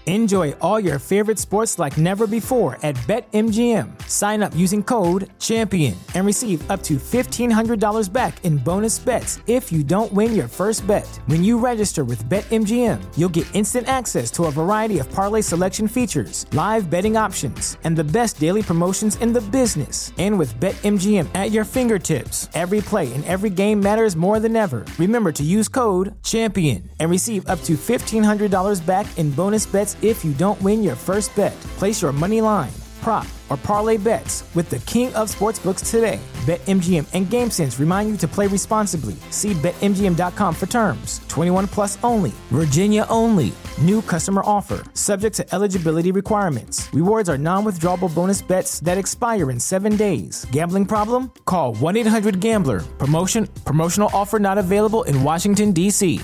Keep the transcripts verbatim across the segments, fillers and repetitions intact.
Enjoy all your favorite sports like never before at BetMGM. Sign up using code CHAMPION and receive up to fifteen hundred dollars back in bonus bets if you don't win your first bet. When you register with BetMGM, you'll get instant access to a variety of parlay selection features, live betting options, and the best daily promotions in the business. And with BetMGM at your fingertips, every play and every game matters more than ever. Remember to use code CHAMPION and receive up to fifteen hundred dollars back in bonus bets if you don't win your first bet. Place your money line, prop, or parlay bets with the king of sportsbooks today. BetMGM and GameSense remind you to play responsibly. See Bet M G M dot com for terms. twenty-one plus only. Virginia only. New customer offer. Subject to eligibility requirements. Rewards are non-withdrawable bonus bets that expire in seven days. Gambling problem? Call one eight hundred gambler. Promotion. Promotional offer not available in Washington, D C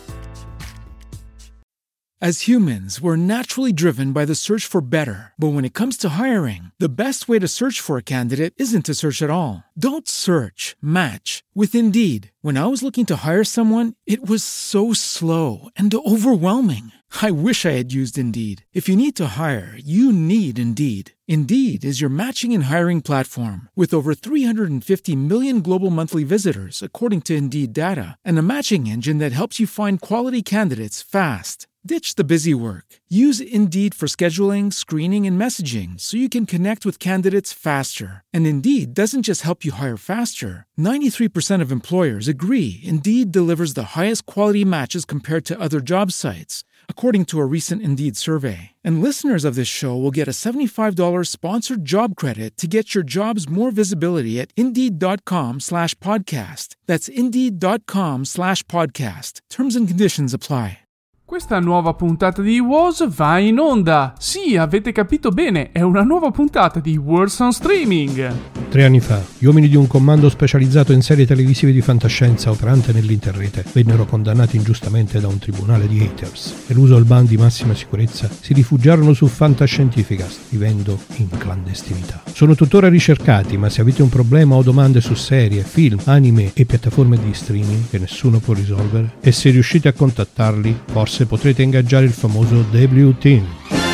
As humans, we're naturally driven by the search for better. But when it comes to hiring, the best way to search for a candidate isn't to search at all. Don't search, match with Indeed. When I was looking to hire someone, it was so slow and overwhelming. I wish I had used Indeed. If you need to hire, you need Indeed. Indeed is your matching and hiring platform with over three hundred fifty million global monthly visitors, according to Indeed data, and a matching engine that helps you find quality candidates fast. Ditch the busy work. Use Indeed for scheduling, screening, and messaging so you can connect with candidates faster. And Indeed doesn't just help you hire faster. ninety-three percent of employers agree Indeed delivers the highest quality matches compared to other job sites, according to a recent Indeed survey. And listeners of this show will get a seventy-five dollars sponsored job credit to get your jobs more visibility at Indeed.com slash podcast. That's Indeed.com slash podcast. Terms and conditions apply. Questa nuova puntata di W O S va in onda! Sì, avete capito bene, è una nuova puntata di Words on Streaming! Tre anni fa, gli uomini di un comando specializzato in serie televisive di fantascienza operante nell'interrete vennero condannati ingiustamente da un tribunale di haters. Eluso il ban di massima sicurezza, si rifugiarono su Fantascientificast, vivendo in clandestinità. Sono tuttora ricercati, ma se avete un problema o domande su serie, film, anime e piattaforme di streaming che nessuno può risolvere, e se riuscite a contattarli, forse se potrete ingaggiare il famoso W Team.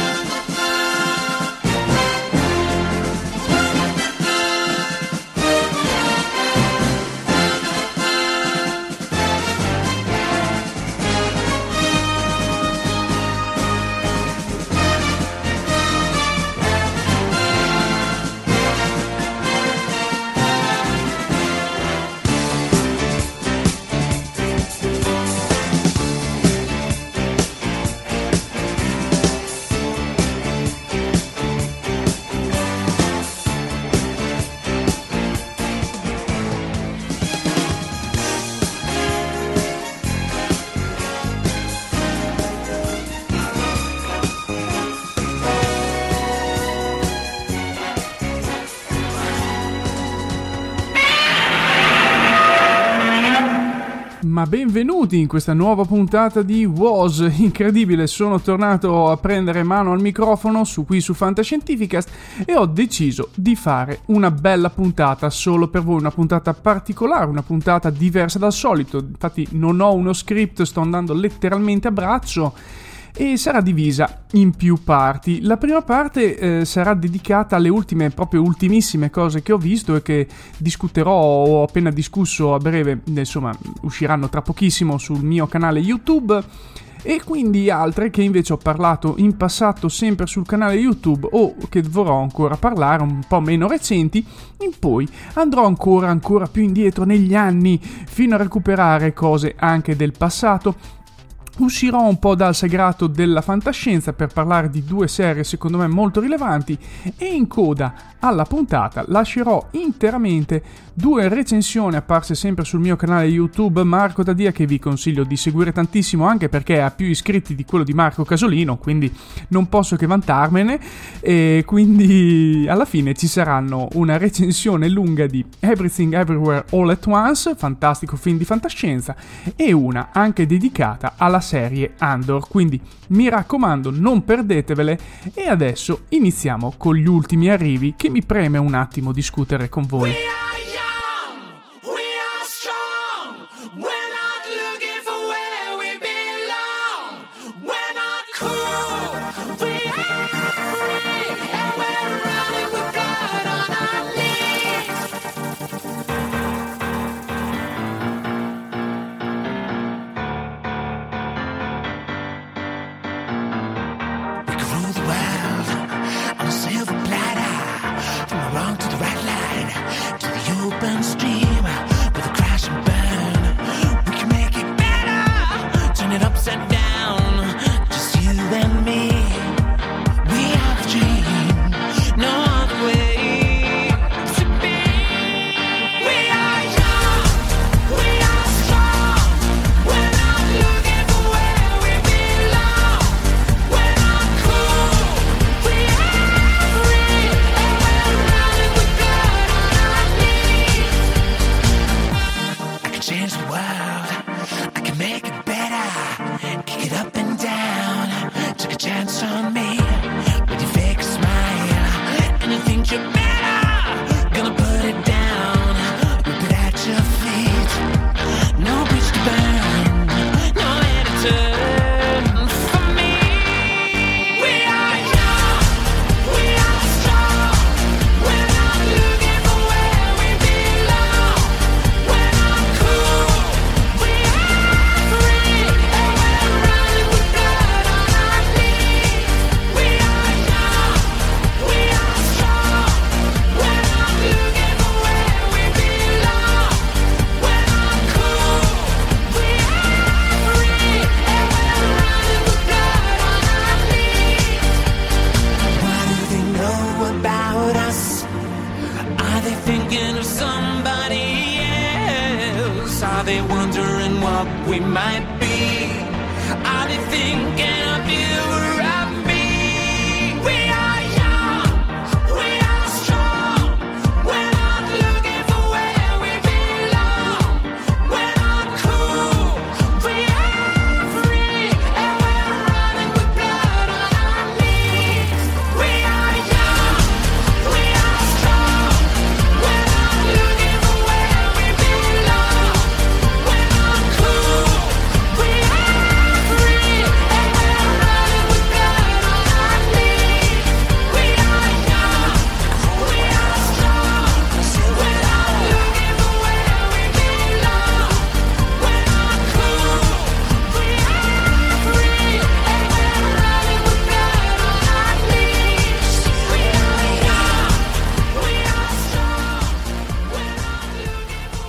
Ma benvenuti in questa nuova puntata di W O S. Incredibile, sono tornato a prendere mano al microfono su qui su Fantascientificast e ho deciso di fare una bella puntata solo per voi, una puntata particolare, una puntata diversa dal solito. Infatti non ho uno script, sto andando letteralmente a braccio e sarà divisa in più parti. La prima parte eh, sarà dedicata alle ultime, proprio ultimissime cose che ho visto e che discuterò o ho appena discusso a breve, insomma usciranno tra pochissimo sul mio canale YouTube, e quindi altre che invece ho parlato in passato sempre sul canale YouTube o che vorrò ancora parlare, un po' meno recenti. In poi andrò ancora ancora più indietro negli anni fino a recuperare cose anche del passato. Uscirò un po' dal sagrato della fantascienza per parlare di due serie secondo me molto rilevanti, e in coda alla puntata lascerò interamente due recensioni apparse sempre sul mio canale YouTube Marco Dadia, che vi consiglio di seguire tantissimo anche perché ha più iscritti di quello di Marco Casolino, quindi non posso che vantarmene. E quindi alla fine ci saranno una recensione lunga di Everything Everywhere All at Once, fantastico film di fantascienza, e una anche dedicata alla serie Andor, quindi mi raccomando non perdetevele. E adesso iniziamo con gli ultimi arrivi che mi preme un attimo discutere con voi. took a chance on me, with your fake smile, and you think you're better, gonna put it down, rip it at your feet, no bridge to burn, nowhere to turn for me. We are young, we are strong, we're not looking for where we belong, we're not cool, we are free, and we're running with blood on our knees. We are young, we are strong, we're not looking for where we belong, we're not cool, we are free, and we're running with blood on our knees. What do they know about us? Are they thinking of somebody else? Are they wondering what we might be? Are they thinking of you or of me? We are young, we are strong, we're not looking for where we belong, we're not cool, we are free, and we're running with blood on our knees. We are young, we are strong, we're not looking for where we belong, we're not cool, we are free, and we're running with blood on our knees. We are young, we are strong, we're not looking for where we belong, we're not cool, we are free, and we're running with blood on our knees. We are young, we are strong, we're not looking for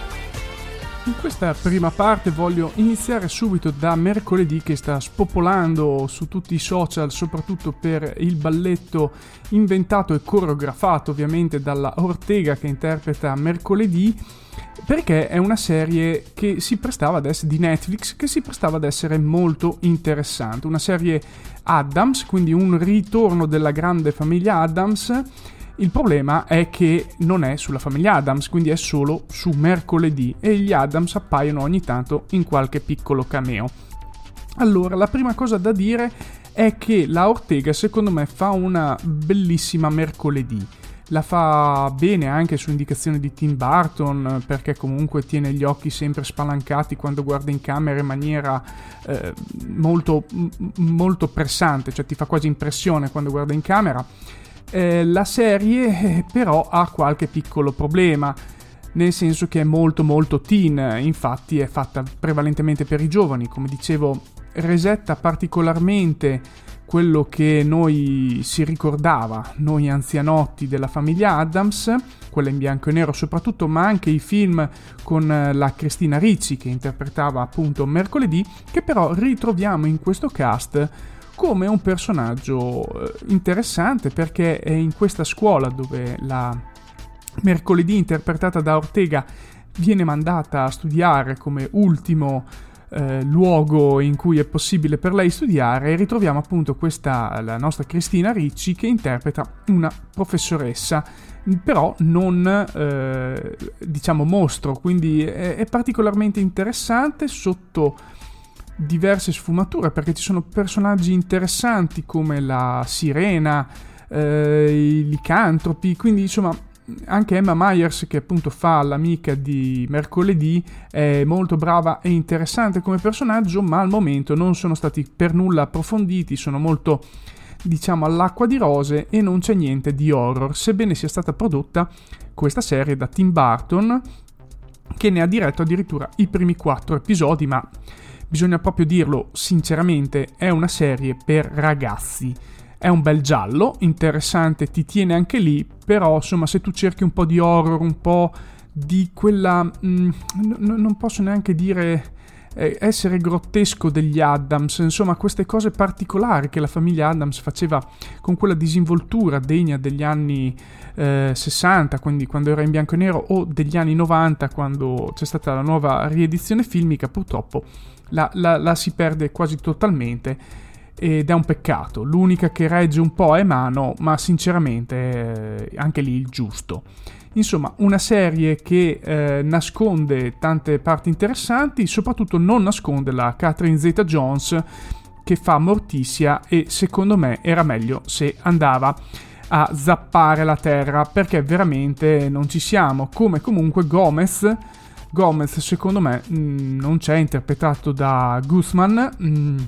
where we In questa prima parte voglio iniziare subito da mercoledì, che sta spopolando su tutti i social, soprattutto per il balletto inventato e coreografato ovviamente dalla Ortega, che interpreta Mercoledì, perché è una serie che si prestava ad essere di Netflix, che si prestava ad essere molto interessante. Una serie Addams, quindi un ritorno della grande famiglia Addams. Il problema è che non è sulla famiglia Addams, quindi è solo su Mercoledì, e gli Addams appaiono ogni tanto in qualche piccolo cameo. Allora, la prima cosa da dire è che la Ortega secondo me fa una bellissima Mercoledì. La fa bene anche su indicazione di Tim Burton, perché comunque tiene gli occhi sempre spalancati quando guarda in camera in maniera eh, molto, molto pressante, cioè ti fa quasi impressione quando guarda in camera. Eh, la serie eh, però ha qualche piccolo problema, nel senso che è molto molto teen, infatti è fatta prevalentemente per i giovani, come dicevo, resetta particolarmente quello che noi si ricordava, noi anzianotti della famiglia Addams, quella in bianco e nero soprattutto, ma anche i film con la Christina Ricci che interpretava appunto Mercoledì, che però ritroviamo in questo cast come un personaggio interessante, perché è in questa scuola dove la Mercoledì interpretata da Ortega viene mandata a studiare come ultimo eh, luogo in cui è possibile per lei studiare, e ritroviamo appunto questa, la nostra Christina Ricci, che interpreta una professoressa, però non eh, diciamo mostro, quindi è, è particolarmente interessante sotto diverse sfumature, perché ci sono personaggi interessanti come la sirena, eh, i licantropi, quindi insomma anche Emma Myers, che appunto fa l'amica di Mercoledì, è molto brava e interessante come personaggio, ma al momento non sono stati per nulla approfonditi, sono molto diciamo all'acqua di rose e non c'è niente di horror, sebbene sia stata prodotta questa serie da Tim Burton, che ne ha diretto addirittura i primi quattro episodi, ma bisogna proprio dirlo sinceramente, è una serie per ragazzi. È un bel giallo, interessante, ti tiene anche lì, però insomma se tu cerchi un po' di horror, un po' di quella... Mh, n- non posso neanche dire eh, essere grottesco degli Addams, insomma queste cose particolari che la famiglia Addams faceva con quella disinvoltura degna degli anni eh, sessanta, quindi quando era in bianco e nero, o degli anni novanta quando c'è stata la nuova riedizione filmica, purtroppo la, la, la si perde quasi totalmente. Ed è un peccato. L'unica che regge un po' è Mano, ma sinceramente eh, anche lì il giusto. Insomma, una serie che eh, nasconde tante parti interessanti, soprattutto non nasconde la Catherine Zeta-Jones, che fa Morticia, e secondo me era meglio se andava a zappare la terra, perché veramente non ci siamo. Come comunque Gomez Gomez secondo me mh, non c'è, interpretato da Guzman. mh,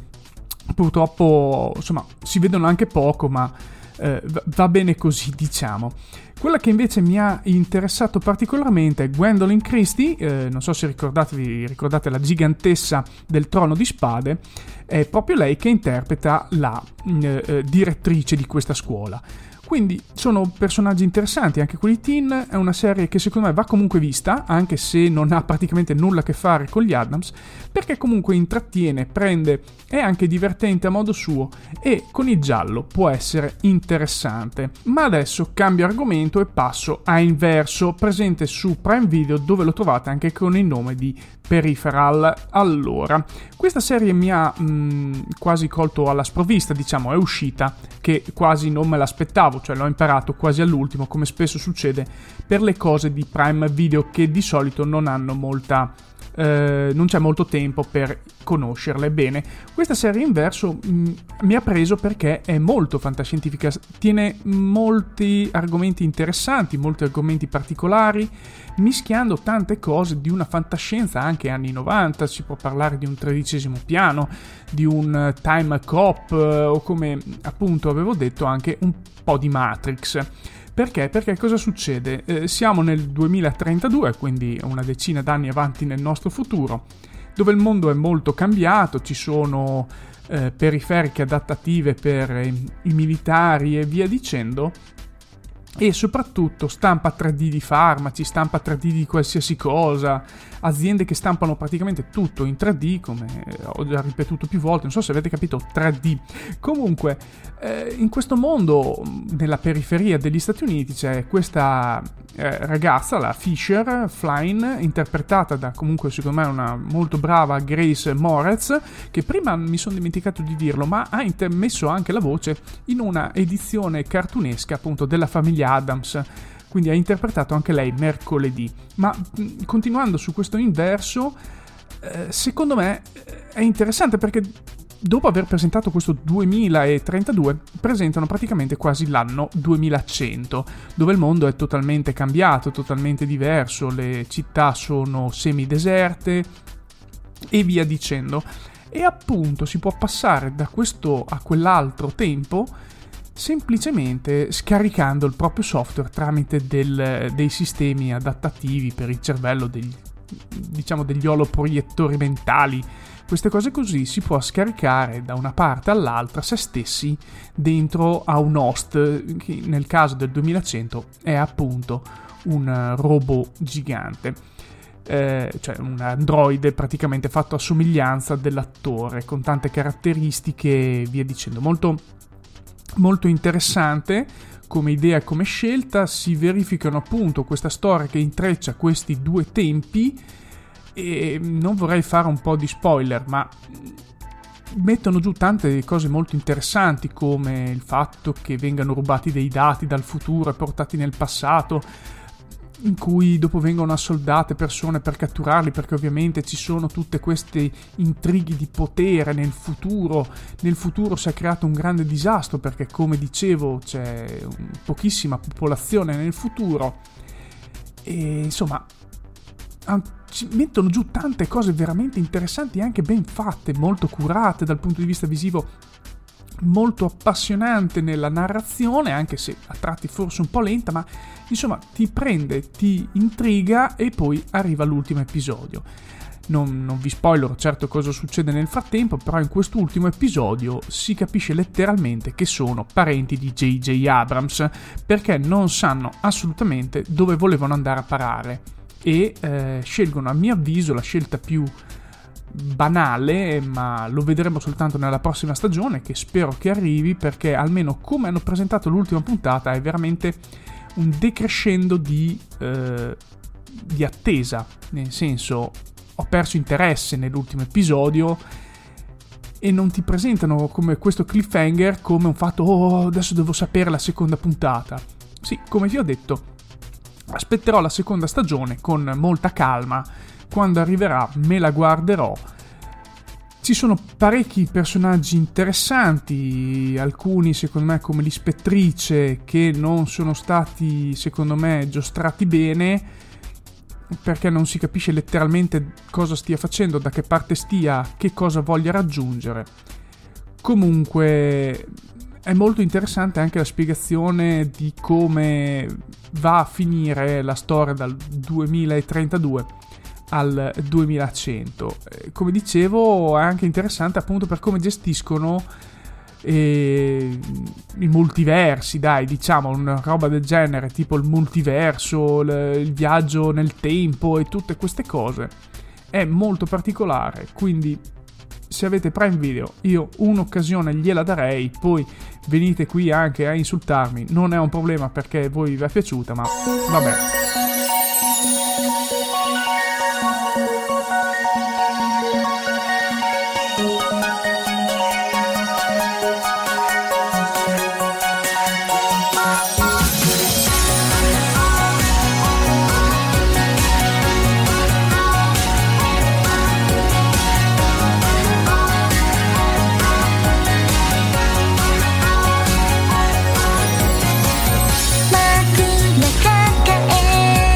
purtroppo insomma si vedono anche poco, ma eh, va bene così, diciamo. Quella che invece mi ha interessato particolarmente è Gwendolyn Christie. eh, non so se ricordatevi, ricordate la gigantessa del Trono di Spade. È proprio lei che interpreta la eh, direttrice di questa scuola. Quindi sono personaggi interessanti, anche quelli teen. È una serie che secondo me va comunque vista, anche se non ha praticamente nulla a che fare con gli Addams, perché comunque intrattiene, prende, è anche divertente a modo suo, e con il giallo può essere interessante. Ma adesso cambio argomento e passo a Inverso, presente su Prime Video, dove lo trovate anche con il nome di Peripheral. Allora, questa serie mi ha mh, quasi colto alla sprovvista, diciamo. È uscita che quasi non me l'aspettavo, cioè l'ho imparato quasi all'ultimo, come spesso succede per le cose di Prime Video, che di solito non hanno molta eh, non c'è molto tempo per conoscerle bene. Questa serie Inverso mh, mi ha preso perché è molto fantascientifica, tiene molti argomenti interessanti, molti argomenti particolari, mischiando tante cose di una fantascienza anche anni novanta. Si può parlare di un tredicesimo piano, di un time cop, o come appunto avevo detto anche un po' di Matrix. Perché? Perché cosa succede? Eh, siamo nel duemilatrentadue, quindi una decina d'anni avanti nel nostro futuro, dove il mondo è molto cambiato, ci sono eh, periferiche adattative per i, i militari e via dicendo, e soprattutto stampa tre D di farmaci, stampa tre D di qualsiasi cosa, aziende che stampano praticamente tutto in tre D, come ho già ripetuto più volte, non so se avete capito, tre D. Comunque, eh, in questo mondo, nella periferia degli Stati Uniti, c'è questa eh, ragazza, la Fisher Flynn, interpretata da comunque secondo me una molto brava Grace Moretz, che prima mi sono dimenticato di dirlo, ma ha inter- messo anche la voce in una edizione cartunesca appunto della famiglia Addams, quindi ha interpretato anche lei Mercoledì. Ma mh, continuando su questo Inverso, eh, secondo me è interessante perché dopo aver presentato questo duemilatrentadue presentano praticamente quasi l'anno duemilacento, dove il mondo è totalmente cambiato, totalmente diverso, le città sono semideserte e via dicendo, e appunto si può passare da questo a quell'altro tempo semplicemente scaricando il proprio software tramite del, dei sistemi adattativi per il cervello, degli, diciamo degli oloproiettori mentali. Queste cose così si può scaricare da una parte all'altra se stessi dentro a un host, che nel caso del duemilacento è appunto un robot gigante, eh, cioè un androide praticamente fatto a somiglianza dell'attore, con tante caratteristiche e via dicendo. Molto molto interessante come idea e come scelta. Si verificano appunto questa storia che intreccia questi due tempi, e non vorrei fare un po' di spoiler, ma mettono giù tante cose molto interessanti, come il fatto che vengano rubati dei dati dal futuro e portati nel passato, in cui dopo vengono assoldate persone per catturarli, perché ovviamente ci sono tutte queste intrighi di potere nel futuro. Nel futuro si è creato un grande disastro perché, come dicevo, c'è pochissima popolazione nel futuro, e insomma ci mettono giù tante cose veramente interessanti e anche ben fatte, molto curate dal punto di vista visivo, molto appassionante nella narrazione, anche se a tratti forse un po' lenta, ma insomma ti prende, ti intriga, e poi arriva l'ultimo episodio. Non, non vi spoilerò certo cosa succede nel frattempo, però in quest'ultimo episodio si capisce letteralmente che sono parenti di J J Abrams, perché non sanno assolutamente dove volevano andare a parare, e eh, scelgono, a mio avviso, la scelta più banale, ma lo vedremo soltanto nella prossima stagione, che spero che arrivi, perché almeno come hanno presentato l'ultima puntata è veramente un decrescendo di, eh, di attesa, nel senso, ho perso interesse nell'ultimo episodio e non ti presentano come questo cliffhanger come un fatto, oh adesso devo sapere la seconda puntata. Sì, come vi ho detto, aspetterò la seconda stagione con molta calma. Quando arriverà me la guarderò. Ci sono parecchi personaggi interessanti, alcuni secondo me come l'ispettrice, che non sono stati secondo me giostrati bene, perché non si capisce letteralmente cosa stia facendo, da che parte stia, che cosa voglia raggiungere. Comunque è molto interessante anche la spiegazione di come va a finire la storia dal duemilatrentadue al duemilacento. Come dicevo, è anche interessante appunto per come gestiscono e i multiversi, dai, diciamo una roba del genere, tipo il multiverso, il, il viaggio nel tempo e tutte queste cose. È molto particolare, quindi se avete Prime Video io un'occasione gliela darei. Poi venite qui anche a insultarmi, non è un problema perché voi vi è piaciuta, ma vabbè. 「枕抱え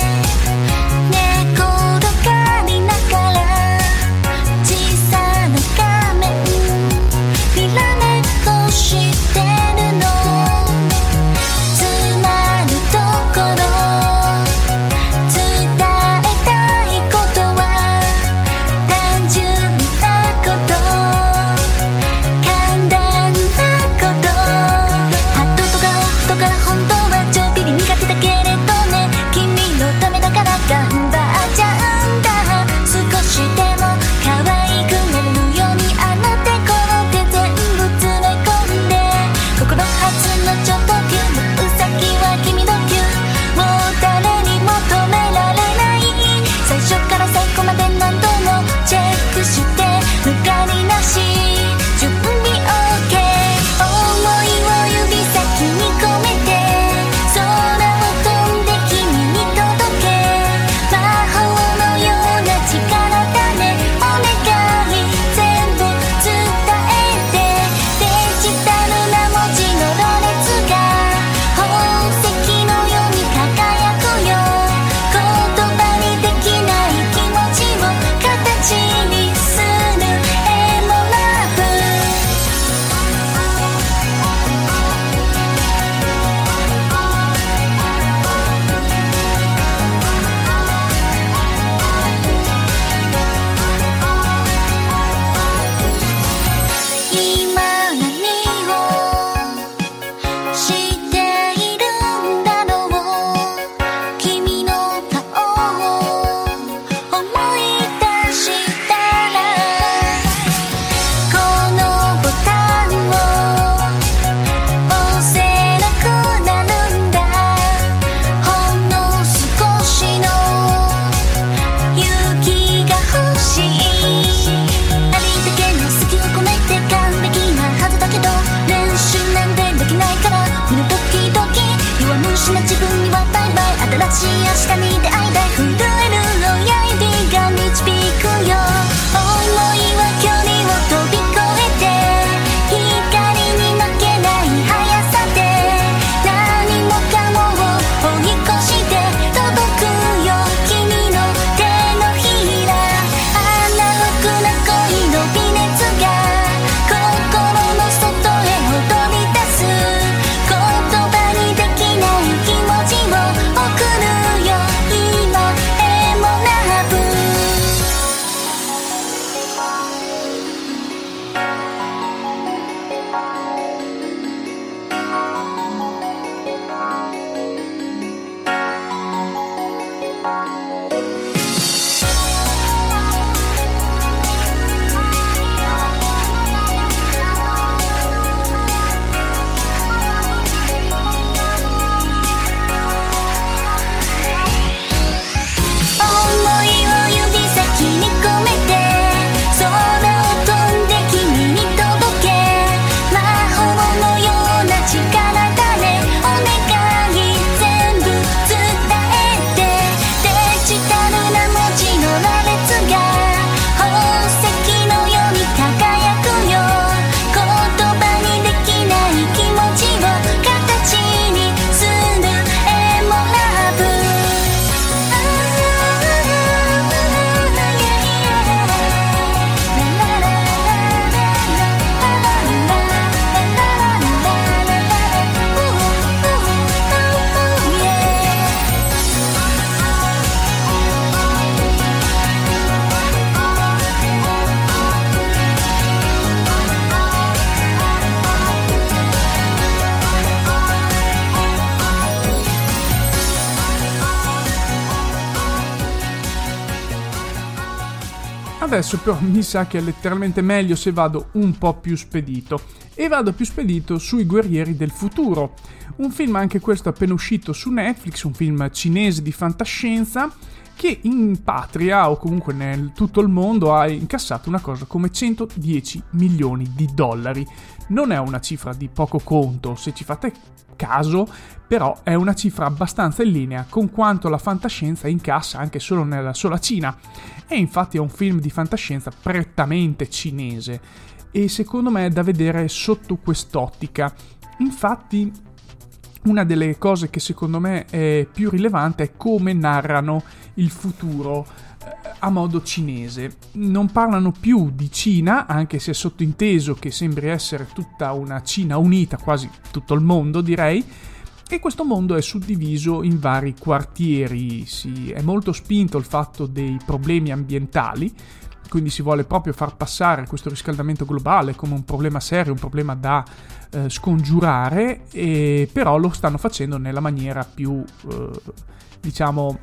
Adesso però mi sa che è letteralmente meglio se vado un po' più spedito. E vado più spedito sui Guerrieri del Futuro. Un film anche questo appena uscito su Netflix, un film cinese di fantascienza che in patria o comunque nel tutto il mondo ha incassato una cosa come centodieci milioni di dollari. Non è una cifra di poco conto se ci fate caso, però è una cifra abbastanza in linea con quanto la fantascienza incassa anche solo nella sola Cina. E infatti è un film di fantascienza prettamente cinese e secondo me è da vedere sotto quest'ottica. Infatti una delle cose che secondo me è più rilevante è come narrano il futuro eh, a modo cinese. Non parlano più di Cina, anche se è sottinteso che sembri essere tutta una Cina unita, quasi tutto il mondo direi, e questo mondo è suddiviso in vari quartieri. Si è molto spinto il fatto dei problemi ambientali, quindi si vuole proprio far passare questo riscaldamento globale come un problema serio, un problema da eh, scongiurare, e però lo stanno facendo nella maniera più, eh, diciamo,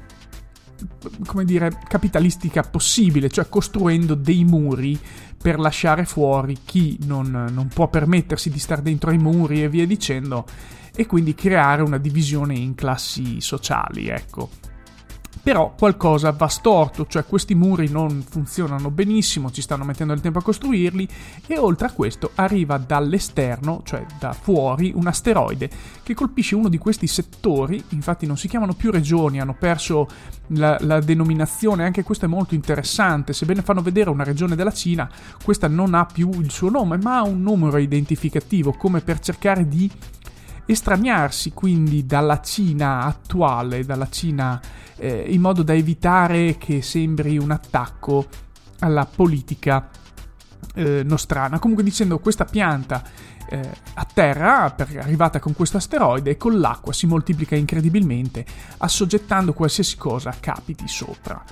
come dire, capitalistica possibile, cioè costruendo dei muri per lasciare fuori chi non, non può permettersi di stare dentro ai muri e via dicendo, e quindi creare una divisione in classi sociali, ecco. Però qualcosa va storto, cioè questi muri non funzionano benissimo, ci stanno mettendo del tempo a costruirli, e oltre a questo arriva dall'esterno, cioè da fuori, un asteroide che colpisce uno di questi settori. Infatti non si chiamano più regioni, hanno perso la, la denominazione, anche questo è molto interessante. Sebbene fanno vedere una regione della Cina, questa non ha più il suo nome, ma ha un numero identificativo, come per cercare di estraniarsi quindi dalla Cina attuale, dalla Cina eh, in modo da evitare che sembri un attacco alla politica eh, nostrana. Comunque dicendo, questa pianta eh, a terra, arrivata con questo asteroide, e con l'acqua si moltiplica incredibilmente, assoggettando qualsiasi cosa capiti sopra.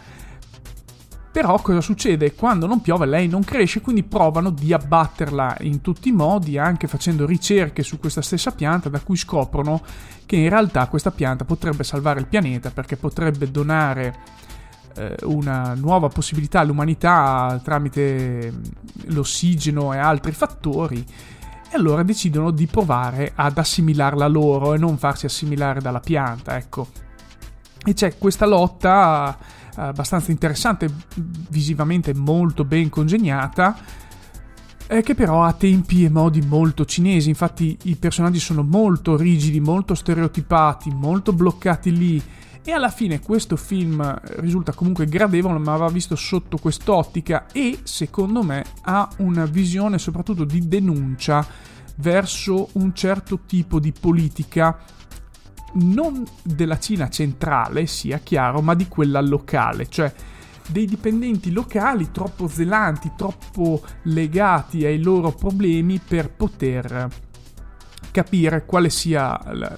Però cosa succede? Quando non piove lei non cresce, quindi provano di abbatterla in tutti i modi, anche facendo ricerche su questa stessa pianta, da cui scoprono che in realtà questa pianta potrebbe salvare il pianeta, perché potrebbe donare eh, una nuova possibilità all'umanità tramite l'ossigeno e altri fattori. E allora decidono di provare ad assimilarla loro e non farsi assimilare dalla pianta, ecco. E c'è questa lotta abbastanza interessante, visivamente molto ben congegnata, eh, che però ha tempi e modi molto cinesi. Infatti i personaggi sono molto rigidi, molto stereotipati, molto bloccati lì, e alla fine questo film risulta comunque gradevole, ma va visto sotto quest'ottica, e secondo me ha una visione soprattutto di denuncia verso un certo tipo di politica, non della Cina centrale, sia chiaro, ma di quella locale, cioè dei dipendenti locali troppo zelanti, troppo legati ai loro problemi per poter capire quale sia la,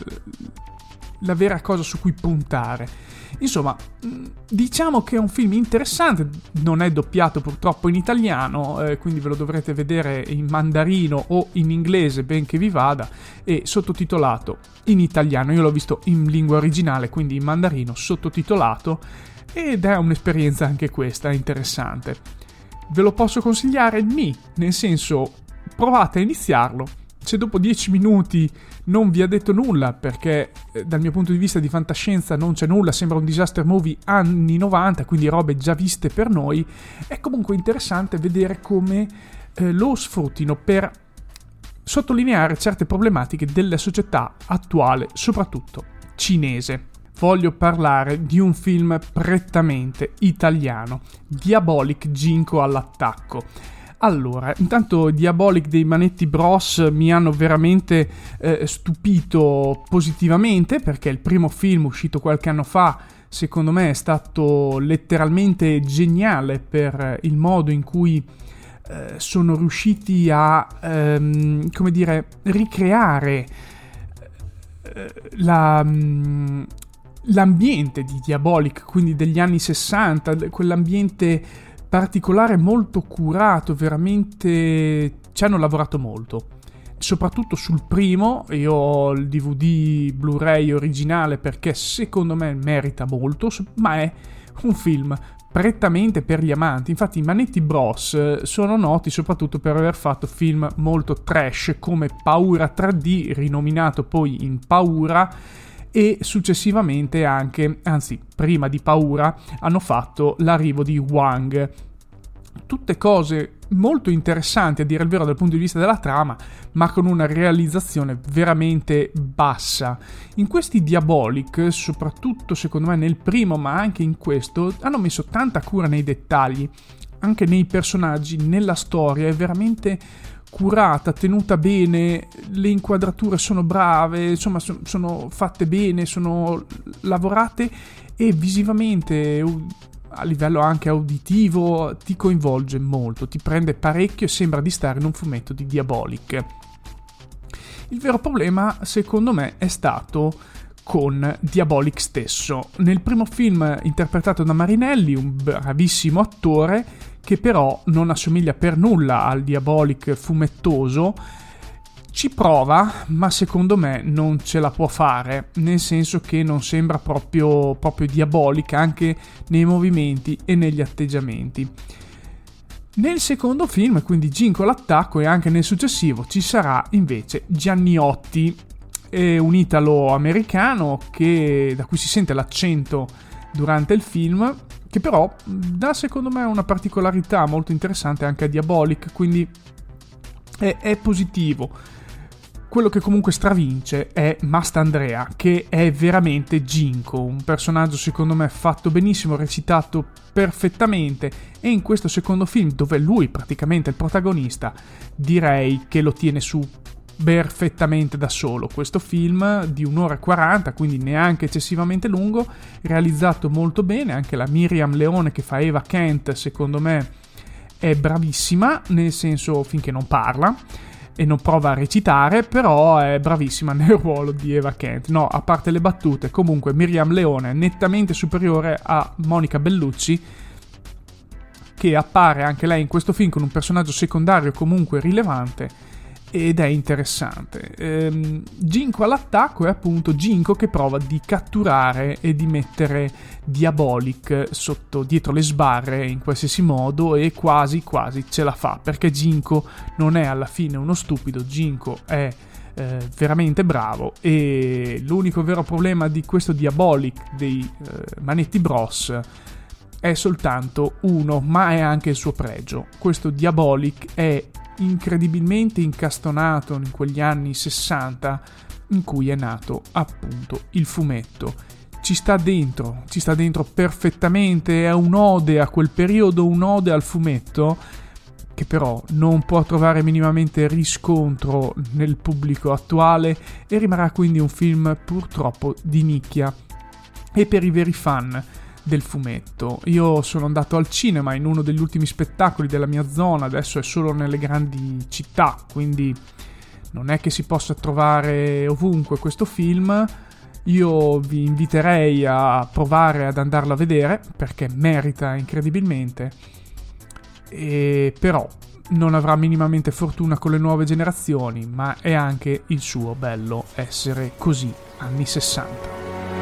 la vera cosa su cui puntare. Insomma, diciamo che è un film interessante, non è doppiato purtroppo in italiano, eh, quindi ve lo dovrete vedere in mandarino o in inglese, ben che vi vada, e sottotitolato in italiano. Io l'ho visto in lingua originale, quindi in mandarino sottotitolato, ed è un'esperienza anche questa interessante. Ve lo posso consigliare? Nì, nel senso, provate a iniziarlo. Se dopo dieci minuti non vi ha detto nulla, perché eh, dal mio punto di vista di fantascienza non c'è nulla, sembra un disaster movie anni novanta, quindi robe già viste per noi, è comunque interessante vedere come eh, lo sfruttino per sottolineare certe problematiche della società attuale, soprattutto cinese. Voglio parlare di un film prettamente italiano, Diabolic Ginko all'attacco. Allora, intanto Diabolic dei Manetti Bros mi hanno veramente eh, stupito positivamente, perché il primo film uscito qualche anno fa secondo me è stato letteralmente geniale per il modo in cui eh, sono riusciti a, ehm, come dire, ricreare eh, la... Mh, l'ambiente di Diabolic, quindi degli anni sessanta, quell'ambiente particolare molto curato, veramente ci hanno lavorato molto, soprattutto sul primo. Io ho il D V D Blu-ray originale perché secondo me merita molto, ma è un film prettamente per gli amanti. Infatti i Manetti Bros sono noti soprattutto per aver fatto film molto trash come Paura tre D, rinominato poi in Paura, e successivamente anche, anzi prima di Paura, hanno fatto L'arrivo di Wang. Tutte cose molto interessanti a dire il vero dal punto di vista della trama, ma con una realizzazione veramente bassa. In questi Diabolic, soprattutto secondo me nel primo ma anche in questo, hanno messo tanta cura nei dettagli, anche nei personaggi, nella storia, è veramente curata, tenuta bene, le inquadrature sono brave, insomma so- sono fatte bene, sono lavorate, e visivamente, a livello anche auditivo, ti coinvolge molto, ti prende parecchio e sembra di stare in un fumetto di Diabolic. Il vero problema, secondo me, è stato con Diabolic stesso. Nel primo film interpretato da Marinelli, un bravissimo attore che però non assomiglia per nulla al Diabolic fumettoso, ci prova, ma secondo me non ce la può fare, nel senso che non sembra proprio, proprio Diabolic anche nei movimenti e negli atteggiamenti. Nel secondo film, quindi Ginko l'attacco, e anche nel successivo, ci sarà invece Gianniotti, è un italo-americano che, da cui si sente l'accento durante il film, che però dà secondo me una particolarità molto interessante anche a Diabolic, quindi è, è positivo. Quello che comunque stravince è Mastandrea, che è veramente Ginko, un personaggio secondo me fatto benissimo, recitato perfettamente, e in questo secondo film, dove lui praticamente è il protagonista, direi che lo tiene su perfettamente da solo. Questo film di un'ora e quaranta, quindi neanche eccessivamente lungo, realizzato molto bene. Anche la Miriam Leone che fa Eva Kent secondo me è bravissima, nel senso finché non parla e non prova a recitare, però è bravissima nel ruolo di Eva Kent. No, a parte le battute, comunque Miriam Leone è nettamente superiore a Monica Bellucci, che appare anche lei in questo film con un personaggio secondario comunque rilevante ed è interessante. Ehm, Ginko all'attacco è appunto Ginko che prova di catturare e di mettere Diabolic sotto, dietro le sbarre in qualsiasi modo, e quasi quasi ce la fa, perché Ginko non è alla fine uno stupido, Ginko è eh, veramente bravo, e l'unico vero problema di questo Diabolic dei eh, Manetti Bros è soltanto uno, ma è anche il suo pregio. Questo Diabolic è incredibilmente incastonato in quegli anni sessanta in cui è nato appunto il fumetto. Ci sta dentro, ci sta dentro perfettamente, è un'ode a quel periodo, un'ode al fumetto, che però non può trovare minimamente riscontro nel pubblico attuale, e rimarrà quindi un film purtroppo di nicchia e per i veri fan del fumetto. Io sono andato al cinema in uno degli ultimi spettacoli della mia zona, adesso è solo nelle grandi città, quindi non è che si possa trovare ovunque questo film. Io vi inviterei a provare ad andarlo a vedere, perché merita incredibilmente, e però non avrà minimamente fortuna con le nuove generazioni, ma è anche il suo bello essere così anni sessanta.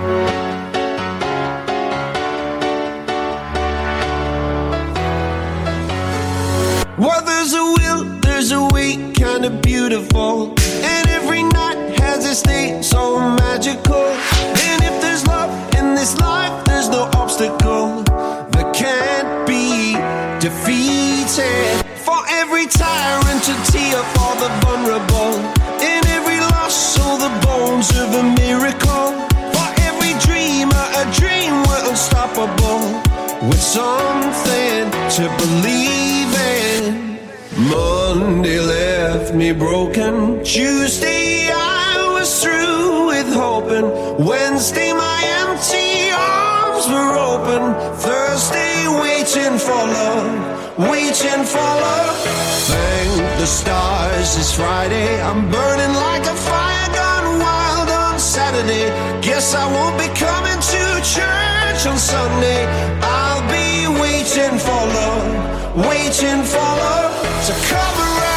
Well, there's a will, there's a way, kind of beautiful, and every night has a state so magical. And if there's love in this life, there's no obstacle that can't be defeated. For every tyrant to tear for the vulnerable, in every loss, all the bones of a miracle. For every dreamer, a dream we're unstoppable, with something to believe in. Monday left me broken. Tuesday I was through with hoping. Wednesday my empty arms were open. Thursday waiting for love, waiting for love. Thank the stars it's Friday. I'm burning like a fire gone wild on Saturday. Guess I won't be coming to church on Sunday. I'll be waiting for love, waiting for love to come around.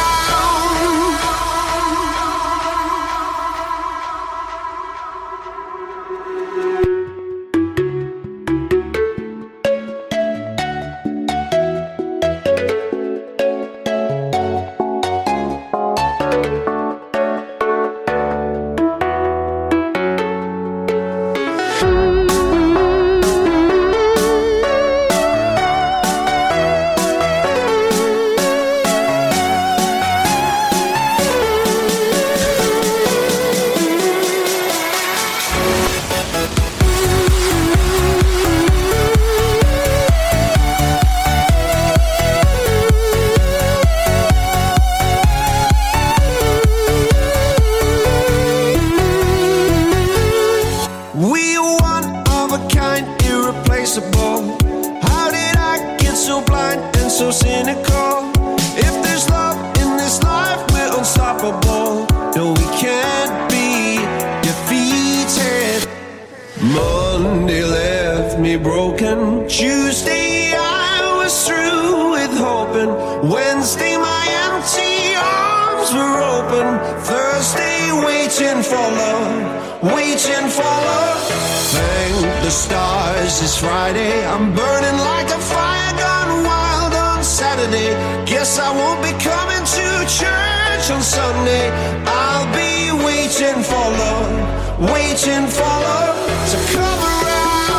No, we can't be defeated. Monday left me broken. Tuesday I was through with hoping. Wednesday my empty arms were open. Thursday waiting for love, waiting for love. Thank the stars it's Friday. I'm burning like a fire gone wild on Saturday. Guess I won't be coming to church on Sunday. I'll be waiting for love, waiting for love to come around.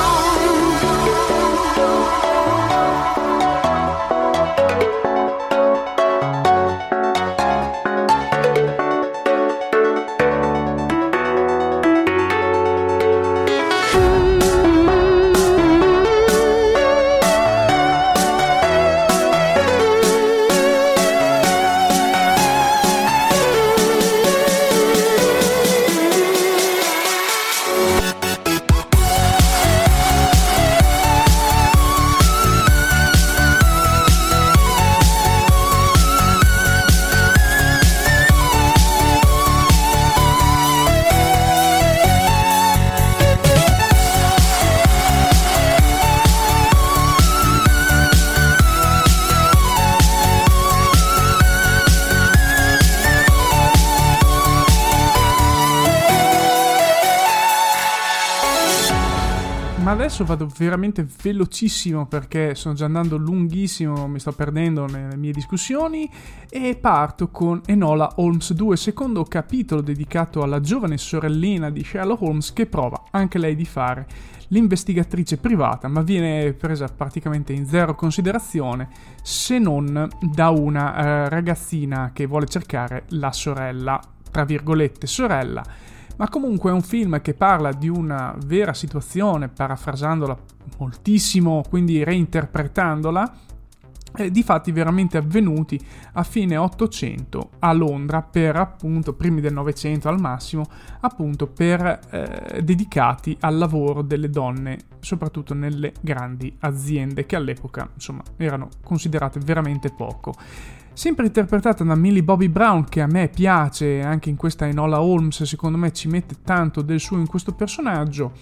Adesso vado veramente velocissimo perché sto già andando lunghissimo, mi sto perdendo nelle mie discussioni, e parto con Enola Holmes due, secondo capitolo dedicato alla giovane sorellina di Sherlock Holmes che prova anche lei di fare l'investigatrice privata, ma viene presa praticamente in zero considerazione se non da una eh, ragazzina che vuole cercare la sorella, tra virgolette sorella. Ma comunque è un film che parla di una vera situazione, parafrasandola moltissimo, quindi reinterpretandola, eh, di fatti veramente avvenuti a fine Ottocento a Londra, per appunto, primi del Novecento al massimo, appunto per eh, dedicati al lavoro delle donne, soprattutto nelle grandi aziende che all'epoca, insomma, erano considerate veramente poco. Sempre interpretata da Millie Bobby Brown, che a me piace, anche in questa Enola Holmes secondo me ci mette tanto del suo in questo personaggio,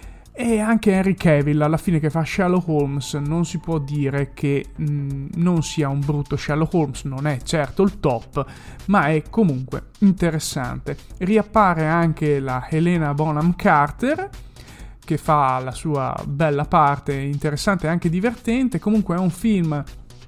e anche Henry Cavill alla fine che fa Sherlock Holmes. Non si può dire che mh, non sia un brutto Sherlock Holmes, non è certo il top, ma è comunque interessante. Riappare anche la Helena Bonham Carter, che fa la sua bella parte, interessante e anche divertente. Comunque è un film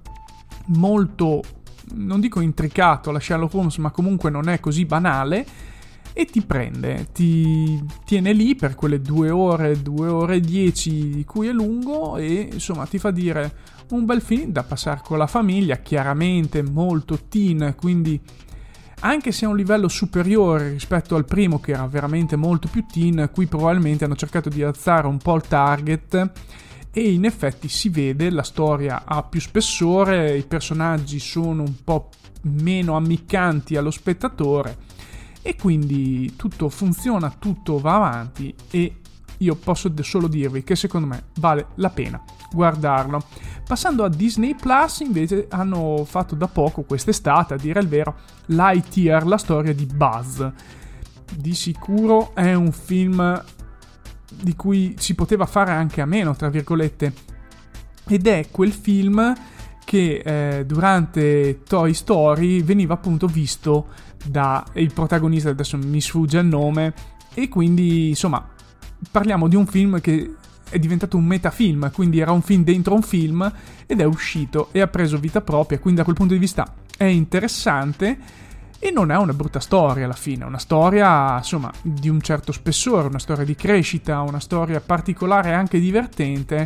molto, non dico intricato, la Sherlock Holmes, ma comunque non è così banale, e ti prende, ti tiene lì per quelle due ore, due ore e dieci di cui è lungo, e insomma ti fa dire un bel film da passare con la famiglia, chiaramente molto teen, quindi anche se è un livello superiore rispetto al primo che era veramente molto più teen, qui probabilmente hanno cercato di alzare un po' il target. E in effetti si vede, la storia ha più spessore, i personaggi sono un po' meno ammiccanti allo spettatore, e quindi tutto funziona, tutto va avanti, e io posso solo dirvi che secondo me vale la pena guardarlo. Passando a Disney Plus, invece, hanno fatto da poco, quest'estate a dire il vero, Lightyear, la storia di Buzz. Di sicuro è un film di cui si poteva fare anche a meno, tra virgolette, ed è quel film che eh, durante Toy Story veniva appunto visto da il protagonista, adesso mi sfugge il nome, e quindi insomma parliamo di un film che è diventato un metafilm, quindi era un film dentro un film, ed è uscito e ha preso vita propria, quindi da quel punto di vista è interessante. E non è una brutta storia alla fine, è una storia insomma di un certo spessore, una storia di crescita, una storia particolare e anche divertente,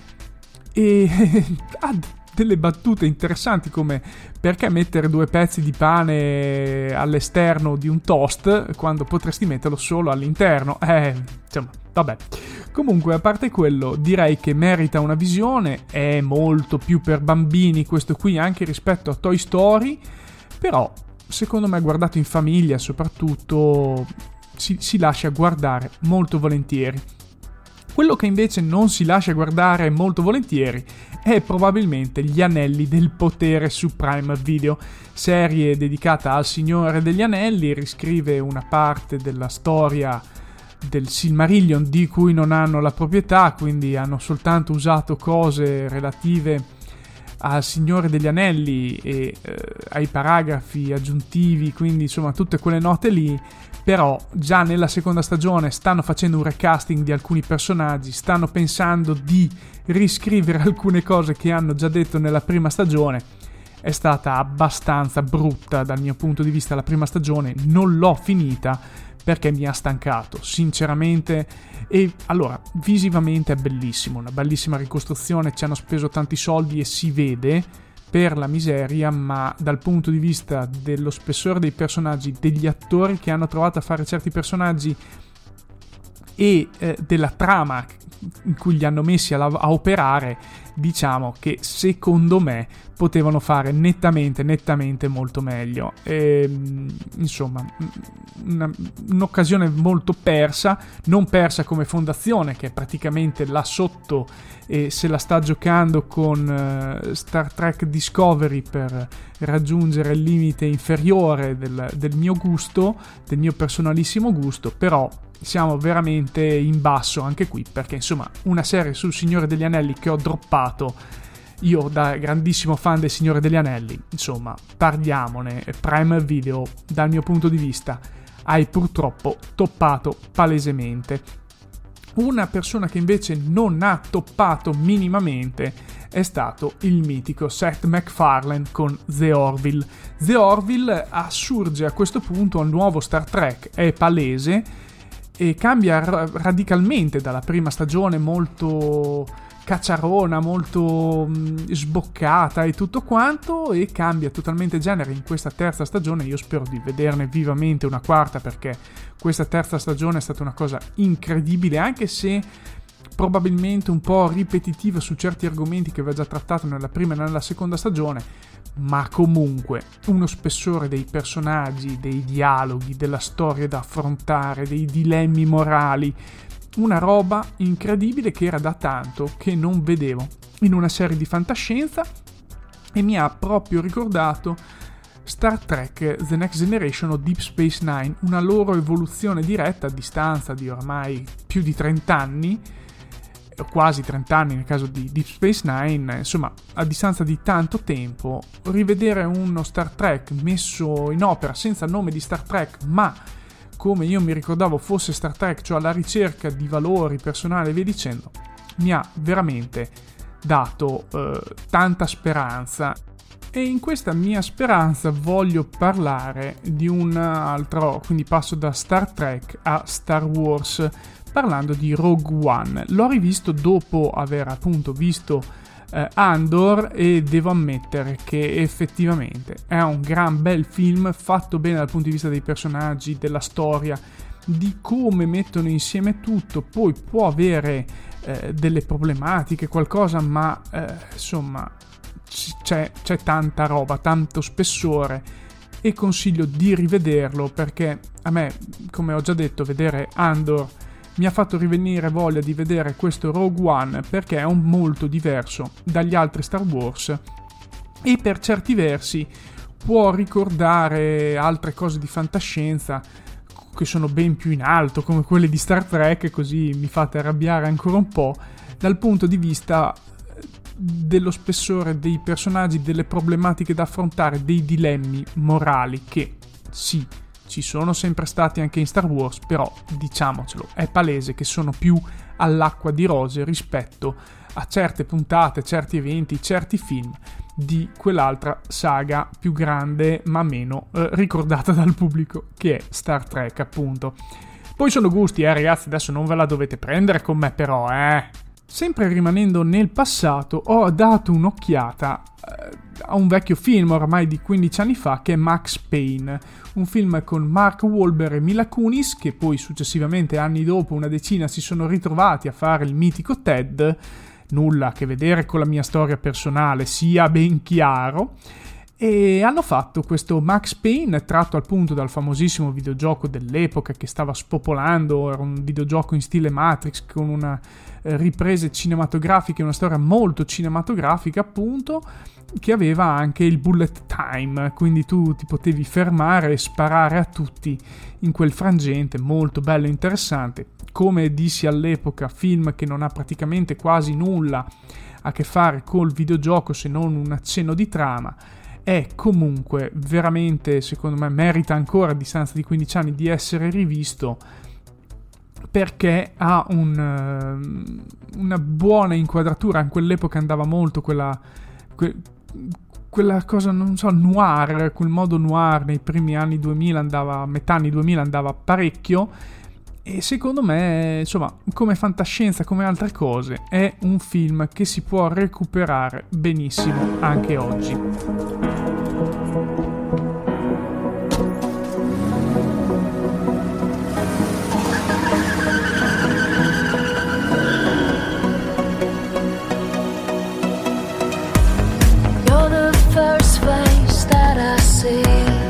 e ha delle battute interessanti come: perché mettere due pezzi di pane all'esterno di un toast quando potresti metterlo solo all'interno? Eh, insomma, vabbè. Comunque, a parte quello, direi che merita una visione, è molto più per bambini questo qui anche rispetto a Toy Story, però secondo me guardato in famiglia soprattutto si, si lascia guardare molto volentieri. Quello che invece non si lascia guardare molto volentieri è probabilmente Gli Anelli del Potere su Prime Video, serie dedicata al Signore degli Anelli. Riscrive una parte della storia del Silmarillion di cui non hanno la proprietà, quindi hanno soltanto usato cose relative al Signore degli Anelli e eh, ai paragrafi aggiuntivi, quindi insomma tutte quelle note lì. Però già nella seconda stagione stanno facendo un recasting di alcuni personaggi, stanno pensando di riscrivere alcune cose che hanno già detto nella prima stagione. È stata abbastanza brutta dal mio punto di vista la prima stagione, non l'ho finita perché mi ha stancato, sinceramente. E allora, visivamente è bellissimo, una bellissima ricostruzione, ci hanno speso tanti soldi e si vede per la miseria, ma dal punto di vista dello spessore dei personaggi, degli attori che hanno trovato a fare certi personaggi e eh, della trama in cui li hanno messi a, a operare, diciamo che secondo me potevano fare nettamente, nettamente molto meglio. E, insomma, una, un'occasione molto persa, non persa come Fondazione, che è praticamente là sotto e se la sta giocando con uh, Star Trek Discovery per raggiungere il limite inferiore del, del mio gusto, del mio personalissimo gusto, però siamo veramente in basso anche qui, perché insomma una serie sul Signore degli Anelli che ho droppato io da grandissimo fan del Signore degli Anelli, insomma parliamone. Prime Video dal mio punto di vista hai purtroppo toppato palesemente. Una persona che invece non ha toppato minimamente è stato il mitico Seth MacFarlane con The Orville. The Orville assurge a questo punto al nuovo Star Trek, è palese, e cambia ra- radicalmente dalla prima stagione, molto cacciarona, molto mh, sboccata e tutto quanto, e cambia totalmente genere in questa terza stagione. Io spero di vederne vivamente una quarta, perché questa terza stagione è stata una cosa incredibile, anche se probabilmente un po' ripetitiva su certi argomenti che aveva già trattato nella prima e nella seconda stagione, ma comunque uno spessore dei personaggi, dei dialoghi, della storia da affrontare, dei dilemmi morali, una roba incredibile che era da tanto che non vedevo in una serie di fantascienza, e mi ha proprio ricordato Star Trek The Next Generation o Deep Space Nine, una loro evoluzione diretta a distanza di ormai più di trenta anni, quasi trenta anni nel caso di Deep Space Nine, insomma a distanza di tanto tempo. Rivedere uno Star Trek messo in opera senza il nome di Star Trek, ma come io mi ricordavo fosse Star Trek, cioè alla ricerca di valori personali e via dicendo, mi ha veramente dato eh, tanta speranza. E in questa mia speranza voglio parlare di un altro, quindi passo da Star Trek a Star Wars, parlando di Rogue One. L'ho rivisto dopo aver appunto visto eh, Andor, e devo ammettere che effettivamente è un gran bel film, fatto bene dal punto di vista dei personaggi, della storia, di come mettono insieme tutto. Poi può avere eh, delle problematiche, qualcosa, ma eh, insomma c'è, c'è tanta roba, tanto spessore, e consiglio di rivederlo, perché a me, come ho già detto, vedere Andor mi ha fatto rivenire voglia di vedere questo Rogue One, perché è un molto diverso dagli altri Star Wars e per certi versi può ricordare altre cose di fantascienza che sono ben più in alto, come quelle di Star Trek, così mi fate arrabbiare ancora un po', dal punto di vista dello spessore dei personaggi, delle problematiche da affrontare, dei dilemmi morali che sì, ci sono sempre stati anche in Star Wars, però diciamocelo, è palese che sono più all'acqua di rose rispetto a certe puntate, certi eventi, certi film di quell'altra saga più grande ma meno eh, ricordata dal pubblico, che è Star Trek, appunto. Poi sono gusti, eh ragazzi, adesso non ve la dovete prendere con me, però, eh. Sempre rimanendo nel passato, ho dato un'occhiata eh, a un vecchio film ormai di quindici anni fa, che è Max Payne, un film con Mark Wahlberg e Mila Kunis, che poi successivamente, anni dopo, una decina, si sono ritrovati a fare il mitico Ted. Nulla a che vedere con la mia storia personale, sia ben chiaro. e hanno fatto questo Max Payne tratto appunto dal famosissimo videogioco dell'epoca che stava spopolando. Era un videogioco in stile Matrix con una eh, riprese cinematografiche, una storia molto cinematografica appunto, che aveva anche il bullet time, quindi tu ti potevi fermare e sparare a tutti in quel frangente, molto bello e interessante. Come dissi all'epoca, film che non ha praticamente quasi nulla a che fare col videogioco se non un accenno di trama. È comunque veramente, secondo me, merita ancora a distanza di quindici anni di essere rivisto, perché ha un, una buona inquadratura. In quell'epoca andava molto quella, que, quella cosa, non so, noir, quel modo noir nei primi anni duemila andava, metà anni duemila andava parecchio, e secondo me, insomma, come fantascienza, come altre cose, è un film che si può recuperare benissimo anche oggi. You're the first face that I see,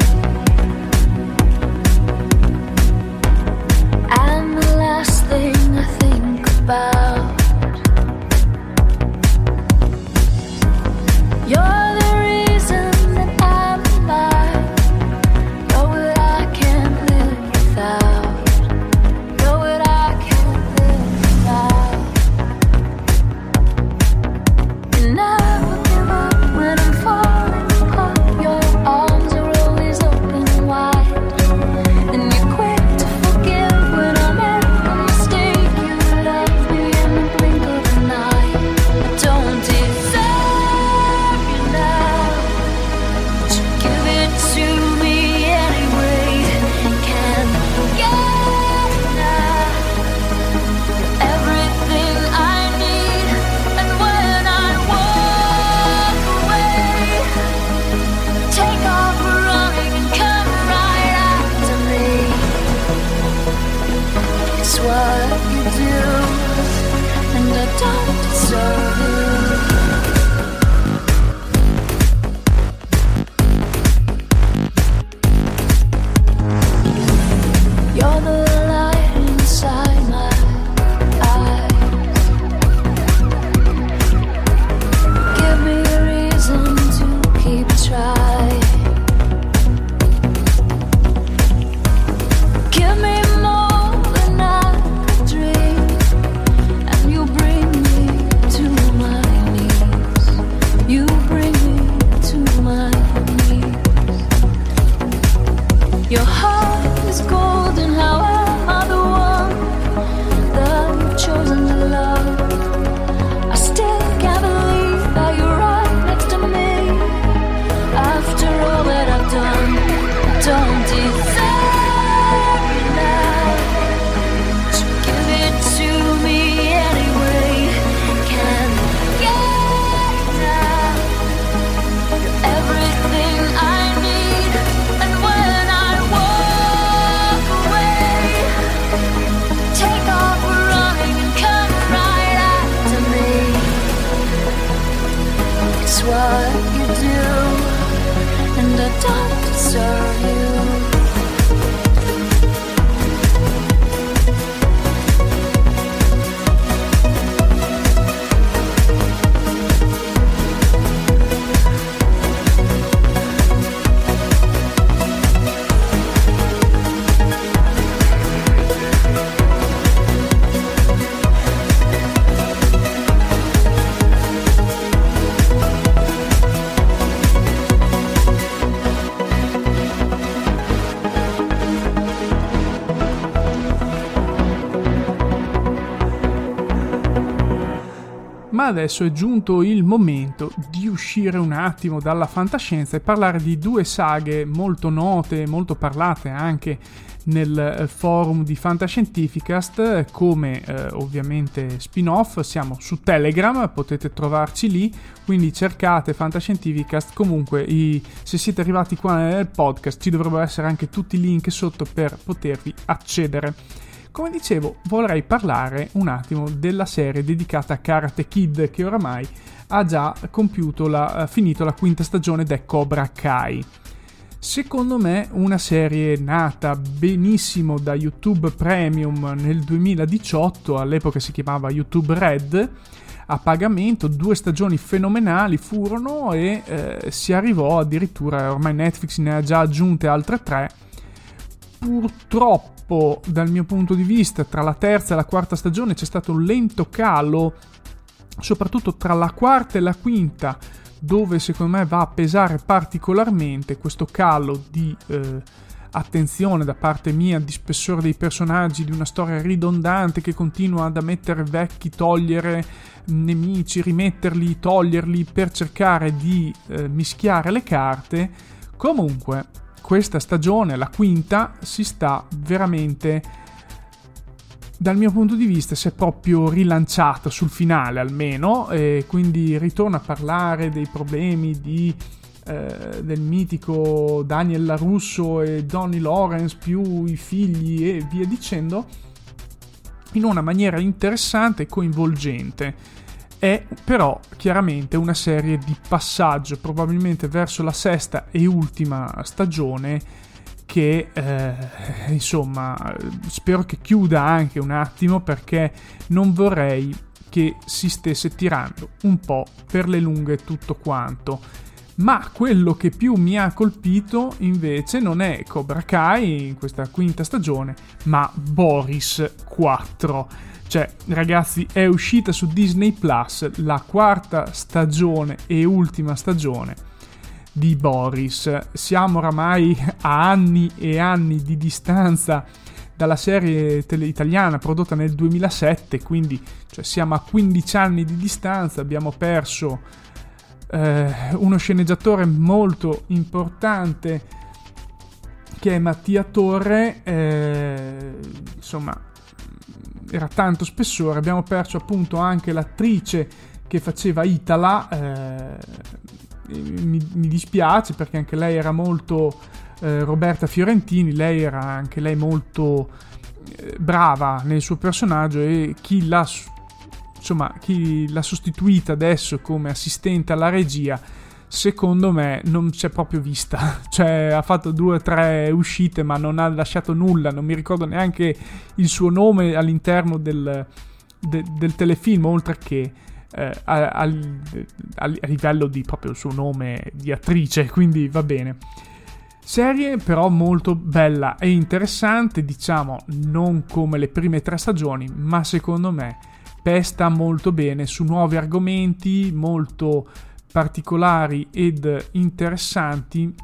and the last thing I think about. You're the reason that I'm alive. You're what I can't live without. You're what I can't live without. You never give up when I'm falling apart. Your arms are always open wide, and you're quick to forgive when I make a mistake. You love me in the blink of an eye. I don't deserve you now, but you give it to me anyway. Can't get enough. Everything I need, and when I walk away, take off running and come right after me. It's what you do, and I don't deserve you. You're the light inside my eyes. Give me a reason to keep trying. Give me more than I could dream, and you bring me to my knees. You bring me to my knees. Your heart is golden, how am I the one that you've chosen to love? I still can't believe that you're right next to me. After all that I've done, I don't deserve you now, but you give it to me anyway. Can't get enough. You're everything I need, and when I walk away, take off running and come right after me. It's what you do, and I don't deserve you. Ma adesso è giunto il momento di uscire un attimo dalla fantascienza e parlare di due saghe molto note, molto parlate anche nel forum di Fantascientificast come eh, ovviamente spin-off. Siamo su Telegram, potete trovarci lì, quindi cercate Fantascientificast. Comunque i, se siete arrivati qua nel podcast ci dovrebbero essere anche tutti i link sotto per potervi accedere. Come dicevo, vorrei parlare un attimo della serie dedicata a Karate Kid, che oramai ha già compiuto la, finito la quinta stagione da Cobra Kai. Secondo me una serie nata benissimo da YouTube Premium nel duemiladiciotto, all'epoca si chiamava YouTube Red, a pagamento, due stagioni fenomenali furono e eh, si arrivò addirittura, ormai Netflix ne ha già aggiunte altre tre. Purtroppo dal mio punto di vista tra la terza e la quarta stagione c'è stato un lento calo, soprattutto tra la quarta e la quinta, dove secondo me va a pesare particolarmente questo calo di eh, attenzione da parte mia, di spessore dei personaggi, di una storia ridondante che continua ad ammettere vecchi, togliere nemici, rimetterli, toglierli per cercare di eh, mischiare le carte. Comunque questa stagione, la quinta, si sta veramente, dal mio punto di vista, si è proprio rilanciata sul finale almeno, e quindi ritorna a parlare dei problemi di, eh, del mitico Daniel LaRusso e Johnny Lawrence più i figli e via dicendo, in una maniera interessante e coinvolgente. È però chiaramente una serie di passaggio, probabilmente verso la sesta e ultima stagione, che eh, insomma spero che chiuda anche un attimo, perché non vorrei che si stesse tirando un po' per le lunghe tutto quanto. Ma quello che più mi ha colpito invece non è Cobra Kai in questa quinta stagione, ma Boris quattro. Cioè, ragazzi, è uscita su Disney Plus la quarta stagione e ultima stagione di Boris. Siamo oramai a anni e anni di distanza dalla serie tele- italiana prodotta nel duemilasette, quindi cioè, siamo a quindici anni di distanza. Abbiamo perso eh, uno sceneggiatore molto importante che è Mattia Torre, eh, insomma era tanto spessore. Abbiamo perso appunto anche l'attrice che faceva Itala, eh, Mi, mi dispiace perché anche lei era molto eh, Roberta Fiorentini, lei era anche lei molto eh, brava nel suo personaggio, e chi l'ha insomma chi l'ha sostituita adesso come assistente alla regia secondo me non si è proprio vista, cioè ha fatto due o tre uscite ma non ha lasciato nulla, non mi ricordo neanche il suo nome all'interno del, de, del telefilm, oltre che Eh, a, a, a, a livello di proprio il suo nome di attrice, quindi va bene. Serie però molto bella e interessante, diciamo non come le prime tre stagioni, ma secondo me pesta molto bene su nuovi argomenti molto particolari ed interessanti,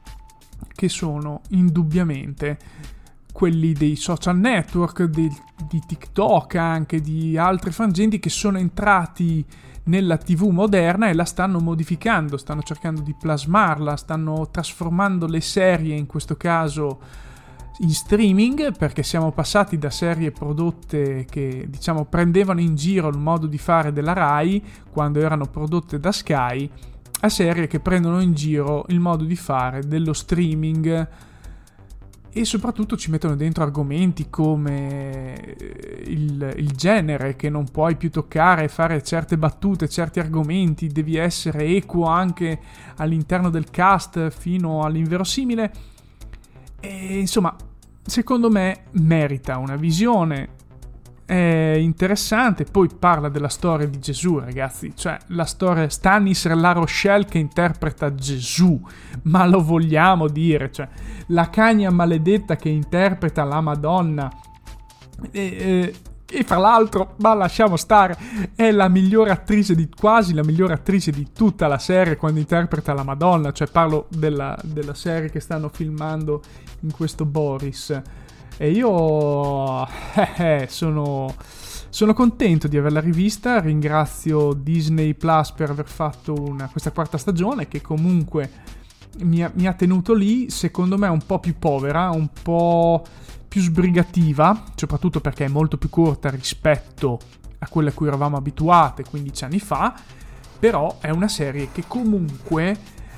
che sono indubbiamente quelli dei social network, di, di TikTok, anche di altri frangenti che sono entrati nella tivù moderna e la stanno modificando, stanno cercando di plasmarla, stanno trasformando le serie, in questo caso in streaming, perché siamo passati da serie prodotte che diciamo prendevano in giro il modo di fare della Rai quando erano prodotte da Sky, a serie che prendono in giro il modo di fare dello streaming, e soprattutto ci mettono dentro argomenti come il, il genere, che non puoi più toccare, fare certe battute, certi argomenti, devi essere equo anche all'interno del cast fino all'inverosimile. E insomma, secondo me merita una visione, è interessante. Poi parla della storia di Gesù, ragazzi, cioè la storia Stanis La Rochelle che interpreta Gesù, ma lo vogliamo dire, cioè la cagna maledetta che interpreta la Madonna, e, e, e fra l'altro, ma lasciamo stare, è la migliore attrice di quasi la migliore attrice di tutta la serie quando interpreta la Madonna, cioè parlo della, della serie che stanno filmando in questo Boris. E io eh, eh, sono, sono contento di averla rivista. Ringrazio Disney Plus per aver fatto una, questa quarta stagione, che comunque mi ha, mi ha tenuto lì. Secondo me è un po' più povera, un po' più sbrigativa, soprattutto perché è molto più corta rispetto a quelle a cui eravamo abituate quindici anni fa. Però è una serie che comunque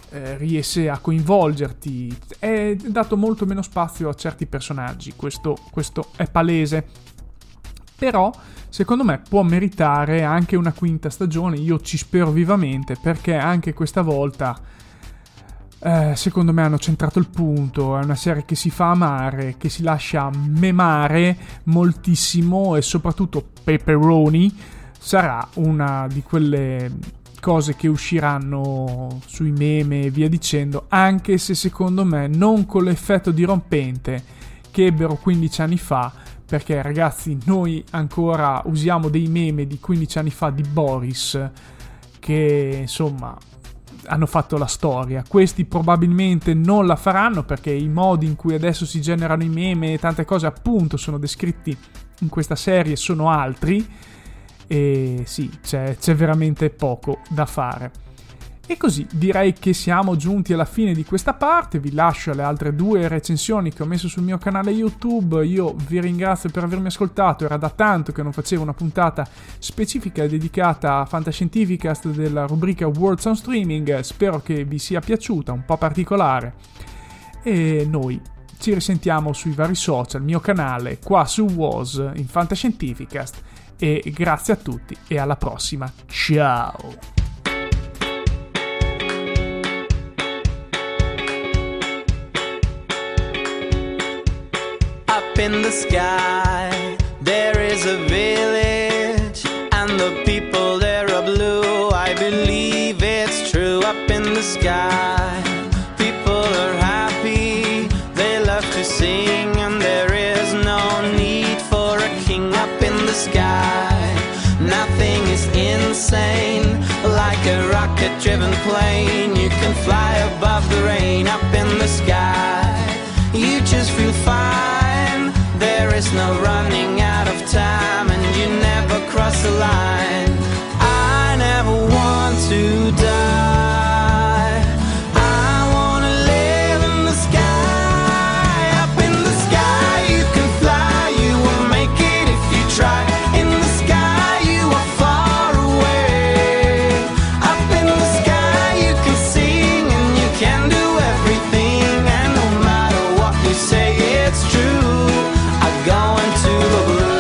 eh, riesce a coinvolgerti, è dato molto meno spazio a certi personaggi, questo, questo è palese, però secondo me può meritare anche una quinta stagione, io ci spero vivamente, perché anche questa volta eh, secondo me hanno centrato il punto, è una serie che si fa amare, che si lascia memare moltissimo, e soprattutto Pepperoni sarà una di quelle cose che usciranno sui meme e via dicendo, anche se secondo me non con l'effetto dirompente che ebbero quindici anni fa, perché ragazzi noi ancora usiamo dei meme di quindici anni fa di Boris che insomma hanno fatto la storia. Questi probabilmente non la faranno, perché i modi in cui adesso si generano i meme e tante cose appunto sono descritti in questa serie sono altri, e sì, c'è, c'è veramente poco da fare. E così direi che siamo giunti alla fine di questa parte. Vi lascio alle altre due recensioni che ho messo sul mio canale YouTube. Io vi ringrazio per avermi ascoltato, era da tanto che non facevo una puntata specifica dedicata a Fantascientificast della rubrica Words on Streaming. Spero che vi sia piaciuta, un po' particolare, e noi ci risentiamo sui vari social, mio canale, qua su W O S in Fantascientificast. E grazie a tutti e alla prossima, ciao! Up in the sky there is a village, and the people there are blue. I believe it's true. Up in the sky people are happy, they love to sing, and there is no need for a king. Up in the sky nothing is insane, like a rocket driven plane you can fly above the rain. Up in the sky you just feel fine, there is no running out of time, and you never cross the line. I never want to die, I wanna live in the sky. Up in the sky you can fly, you will make it if you try. In the sky you are far away, up in the sky you can sing and you can do everything, and no matter what you say it's true, I go into the blue.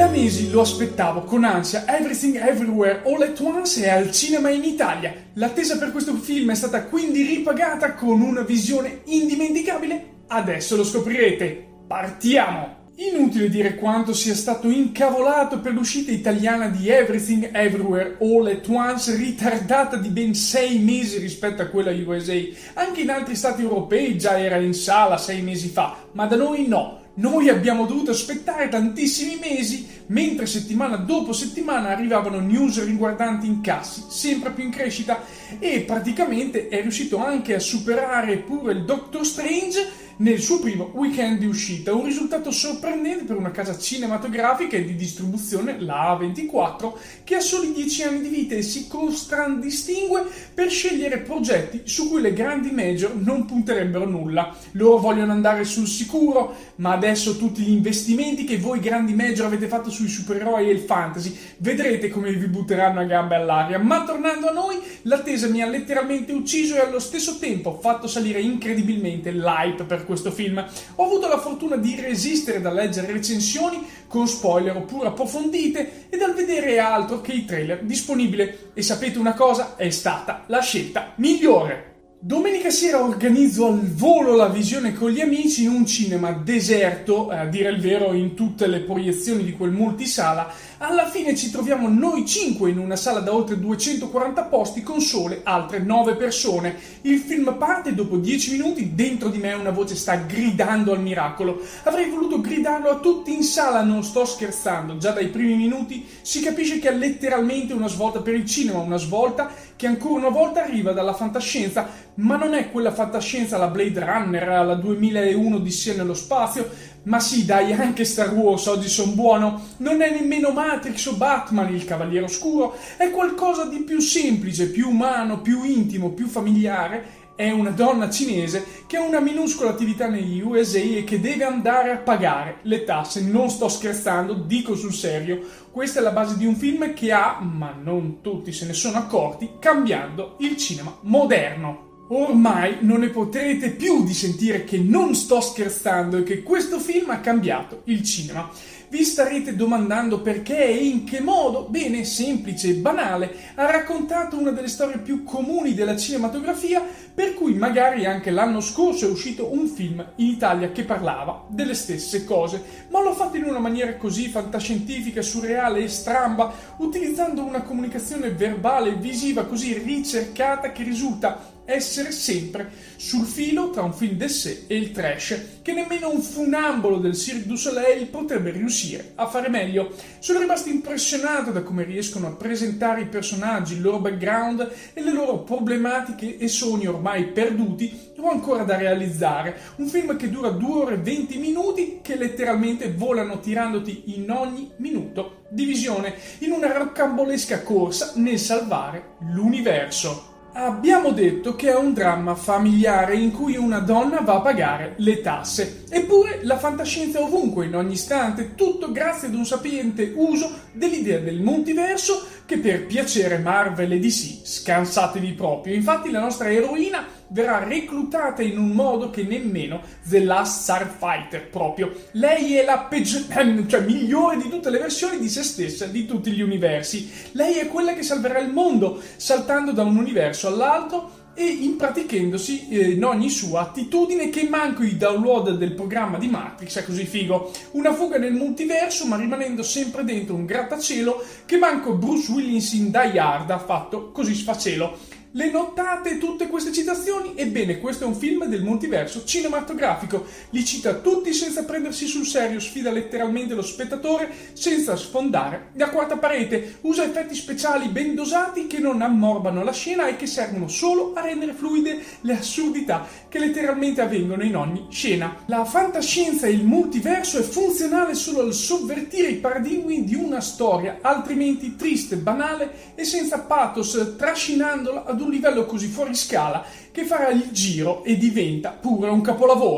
mesi lo aspettavo con ansia. Everything Everywhere All at Once è al cinema in Italia. L'attesa per questo film è stata quindi ripagata con una visione indimenticabile? Adesso lo scoprirete. Partiamo! Inutile dire quanto sia stato incavolato per l'uscita italiana di Everything Everywhere All at Once, ritardata di ben sei mesi rispetto a quella U S A. Anche in altri stati europei già era in sala sei mesi fa, ma da noi no. Noi abbiamo dovuto aspettare tantissimi mesi, mentre settimana dopo settimana arrivavano news riguardanti incassi, sempre più in crescita, e praticamente è riuscito anche a superare pure il Doctor Strange nel suo primo weekend di uscita, un risultato sorprendente per una casa cinematografica e di distribuzione, la A ventiquattro, che ha soli dieci anni di vita e si contraddistingue per scegliere progetti su cui le grandi major non punterebbero nulla. Loro vogliono andare sul sicuro, ma adesso tutti gli investimenti che voi grandi major avete fatto sui supereroi e il fantasy, vedrete come vi butteranno a gambe all'aria. Ma tornando a noi, l'attesa mi ha letteralmente ucciso e allo stesso tempo fatto salire incredibilmente l'hype per questo film. Ho avuto la fortuna di resistere dal leggere recensioni con spoiler oppure approfondite e dal vedere altro che i trailer disponibili, e sapete una cosa? È stata la scelta migliore. Domenica sera organizzo al volo la visione con gli amici in un cinema deserto, a dire il vero in tutte le proiezioni di quel multisala. Alla fine ci troviamo noi cinque in una sala da oltre duecentoquaranta posti con sole altre nove persone. Il film parte dopo dieci minuti, dentro di me una voce sta gridando al miracolo. Avrei voluto gridarlo a tutti in sala, non sto scherzando. Già dai primi minuti si capisce che è letteralmente una svolta per il cinema, una svolta che ancora una volta arriva dalla fantascienza, ma non è quella fantascienza alla Blade Runner, alla duemilauno Odissea nello spazio, ma sì dai, anche Star Wars, oggi son buono, non è nemmeno Matrix o Batman, il Cavaliere Oscuro, è qualcosa di più semplice, più umano, più intimo, più familiare. È una donna cinese che ha una minuscola attività negli U S A e che deve andare a pagare le tasse. Non sto scherzando, dico sul serio. Questa è la base di un film che ha, ma non tutti se ne sono accorti, cambiando il cinema moderno. Ormai non ne potrete più di sentire che non sto scherzando e che questo film ha cambiato il cinema. Vi starete domandando perché e in che modo? Bene, semplice e banale, ha raccontato una delle storie più comuni della cinematografia, per cui magari anche l'anno scorso è uscito un film in Italia che parlava delle stesse cose, ma l'ho fatto in una maniera così fantascientifica, surreale e stramba, utilizzando una comunicazione verbale e visiva così ricercata che risulta essere sempre sul filo tra un film d'essè e il trash, che nemmeno un funambolo del Cirque du Soleil potrebbe riuscire a fare meglio. Sono rimasto impressionato da come riescono a presentare i personaggi, il loro background e le loro problematiche e sogni ormai perduti o ancora da realizzare. Un film che dura due ore e venti minuti, che letteralmente volano tirandoti in ogni minuto di visione, in una rocambolesca corsa nel salvare l'universo. Abbiamo detto che è un dramma familiare in cui una donna va a pagare le tasse. Eppure la fantascienza è ovunque, in ogni istante, tutto grazie ad un sapiente uso dell'idea del multiverso che per piacere Marvel e D C scansatevi proprio. Infatti la nostra eroina verrà reclutata in un modo che nemmeno The Last Starfighter proprio. Lei è la peggio- cioè migliore di tutte le versioni di se stessa, di tutti gli universi. Lei è quella che salverà il mondo, saltando da un universo all'altro e impratichendosi eh, in ogni sua attitudine, che manco i download del programma di Matrix è così figo. Una fuga nel multiverso, ma rimanendo sempre dentro un grattacielo che manco Bruce Willis in Die Hard ha fatto così sfacelo. Le notate tutte queste citazioni? Ebbene, questo è un film del multiverso cinematografico. Li cita tutti senza prendersi sul serio, sfida letteralmente lo spettatore senza sfondare la quarta parete. Usa effetti speciali ben dosati che non ammorbano la scena e che servono solo a rendere fluide le assurdità che letteralmente avvengono in ogni scena. La fantascienza e il multiverso è funzionale solo al sovvertire i paradigmi di una storia, altrimenti triste, banale e senza pathos, trascinandola ad un livello così fuori scala che farà il giro e diventa pure un capolavoro.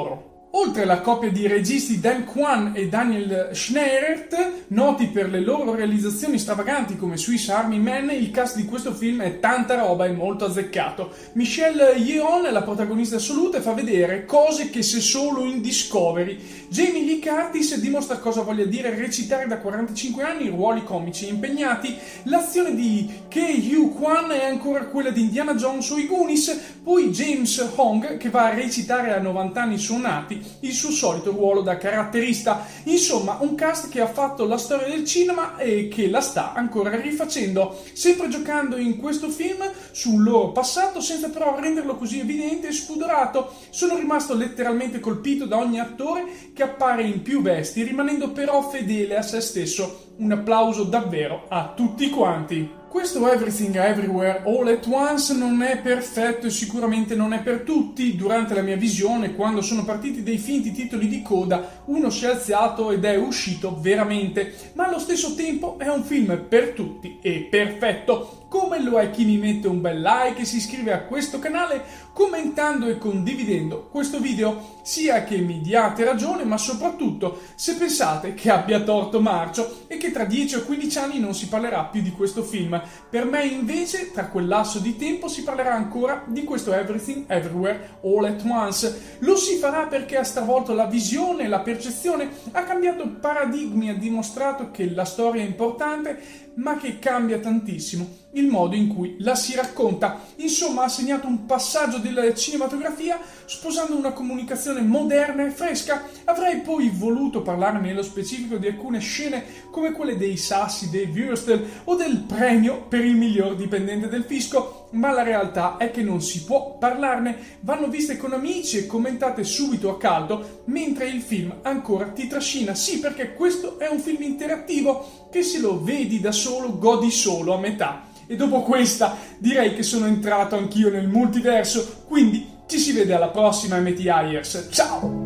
Oltre alla coppia di registi Dan Kwan e Daniel Schneerert, noti per le loro realizzazioni stravaganti come Swiss Army Man, il cast di questo film è tanta roba e molto azzeccato. Michelle Yeoh è la protagonista assoluta e fa vedere cose che se solo in Discovery. Jamie Lee Curtis dimostra cosa voglia dire recitare da quarantacinque anni in ruoli comici impegnati. L'azione di Ke-Huy Kwan è ancora quella di Indiana Jones o i Goonies, poi James Hong che va a recitare a novanta anni suonati il suo solito ruolo da caratterista. Insomma, un cast che ha fatto la storia del cinema e che la sta ancora rifacendo, sempre giocando in questo film sul loro passato senza però renderlo così evidente e spudorato. Sono rimasto letteralmente colpito da ogni attore che appare in più vesti, rimanendo però fedele a se stesso. Un applauso davvero a tutti quanti. Questo Everything Everywhere All at Once non è perfetto e sicuramente non è per tutti. Durante la mia visione, quando sono partiti dei finti titoli di coda, uno si è alzato ed è uscito veramente, ma allo stesso tempo è un film per tutti e perfetto, come lo è chi mi mette un bel like e si iscrive a questo canale commentando e condividendo questo video, sia che mi diate ragione, ma soprattutto se pensate che abbia torto Marcio e che tra dieci o quindici anni non si parlerà più di questo film. Per me invece, tra quel lasso di tempo si parlerà ancora di questo Everything Everywhere All at Once. Lo si farà perché ha stravolto la visione e la percezione, ha cambiato paradigmi, ha dimostrato che la storia è importante, ma che cambia tantissimo il modo in cui la si racconta. Insomma, ha segnato un passaggio della cinematografia sposando una comunicazione moderna e fresca. Avrei poi voluto parlare nello specifico di alcune scene come quelle dei sassi dei Würstel o del premio per il miglior dipendente del fisco, ma la realtà è che non si può parlarne. Vanno viste con amici e commentate subito a caldo mentre il film ancora ti trascina. Sì, perché questo è un film interattivo che se lo vedi da solo godi solo a metà. E dopo questa direi che sono entrato anch'io nel multiverso, quindi ci si vede alla prossima M T Iers. Ciao!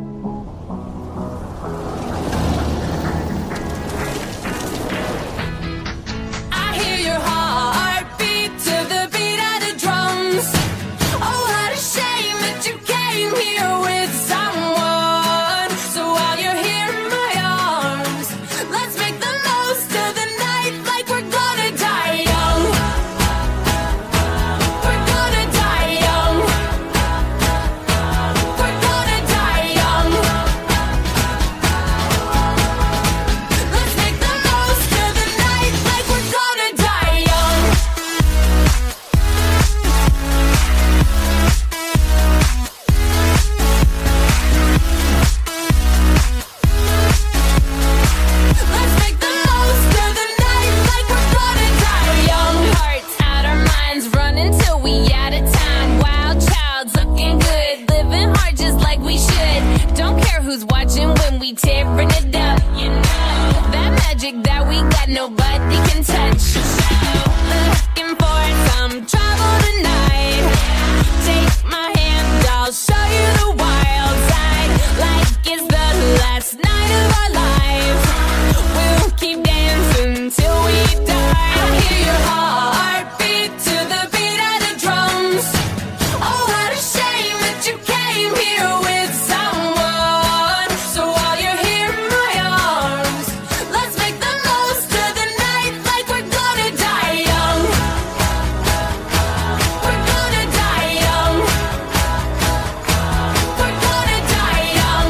Nobody can touch. So looking for some trouble tonight. Take my hand, I'll show you the wild side. Like it's the last night of our lives. We'll keep dancing till we die. I hear your heartbeat to the beat of the drums. Oh, what a shame that you came here with someone. So while you're here in my arms, let's make the most of the night like we're gonna die young. We're gonna die young. We're gonna die young.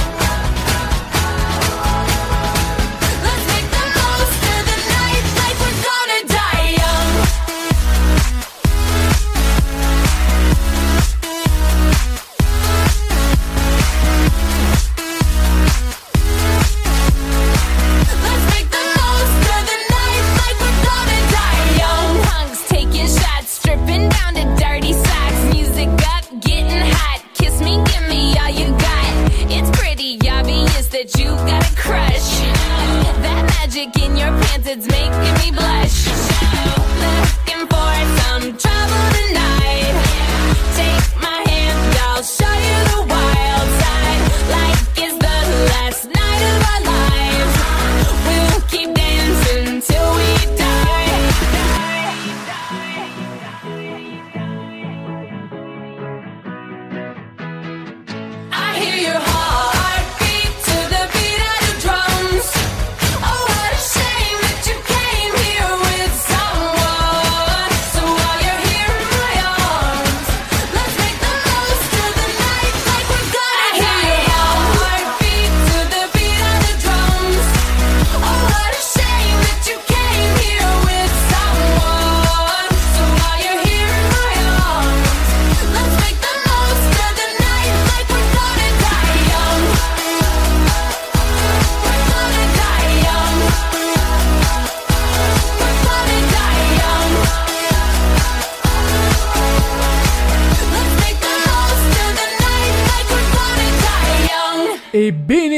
Let's make the most of the night like we're gonna die young. Let's make the most of the night like we're gonna die young. Punks taking shots, stripping down to dirty socks. Music up, getting hot. Kiss me, give me all you got. It's pretty obvious that you got a crush. That magic in your pants, it's making me blush. Looking for some trouble tonight. Take my hand, I'll show you the wild side. Like it's the last night of our lives. We'll keep dancing till we die. I hear your heart.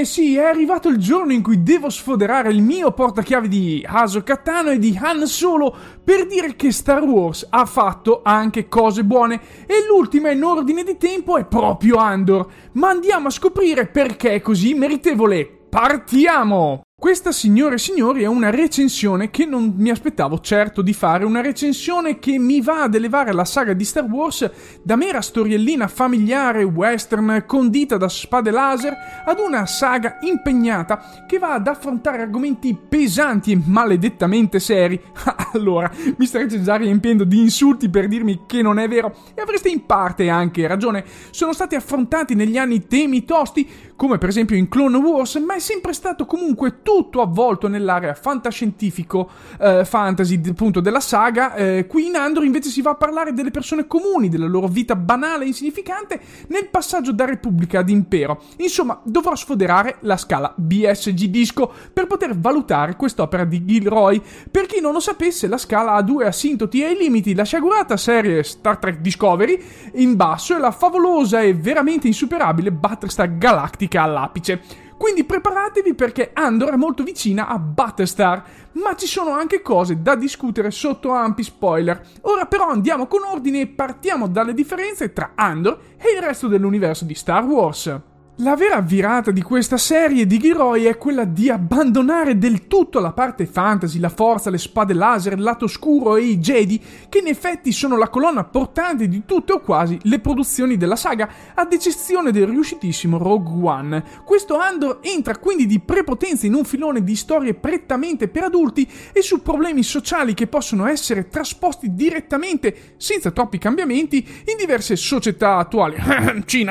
sì, è arrivato il giorno in cui devo sfoderare il mio portachiavi di Ahsoka Tano e di Han Solo per dire che Star Wars ha fatto anche cose buone e l'ultima in ordine di tempo è proprio Andor. Ma andiamo a scoprire perché è così meritevole. Partiamo! Questa, signore e signori, è una recensione che non mi aspettavo certo di fare, una recensione che mi va ad elevare la saga di Star Wars da mera storiellina familiare western condita da spade laser ad una saga impegnata che va ad affrontare argomenti pesanti e maledettamente seri. Allora, mi starete già riempiendo di insulti per dirmi che non è vero e avreste in parte anche ragione. Sono stati affrontati negli anni temi tosti, come per esempio in Clone Wars, ma è sempre stato comunque tutto avvolto nell'area fantascientifico, eh, fantasy appunto della saga. Eh, qui in Andor invece si va a parlare delle persone comuni, della loro vita banale e insignificante nel passaggio da Repubblica ad Impero. Insomma, dovrò sfoderare la scala B S G Disco per poter valutare quest'opera di Gilroy. Per chi non lo sapesse, la scala ha due asintoti ai limiti: la sciagurata serie Star Trek Discovery in basso e la favolosa e veramente insuperabile Battlestar Galactica all'apice. Quindi preparatevi, perché Andor è molto vicina a Battlestar, ma ci sono anche cose da discutere sotto ampi spoiler. Ora però andiamo con ordine e partiamo dalle differenze tra Andor e il resto dell'universo di Star Wars. La vera virata di questa serie di Gilroy è quella di abbandonare del tutto la parte fantasy, la forza, le spade laser, il lato oscuro e i Jedi, che in effetti sono la colonna portante di tutte o quasi le produzioni della saga, ad eccezione del riuscitissimo Rogue One. Questo Andor entra quindi di prepotenza in un filone di storie prettamente per adulti e su problemi sociali che possono essere trasposti direttamente, senza troppi cambiamenti, in diverse società attuali. Cina.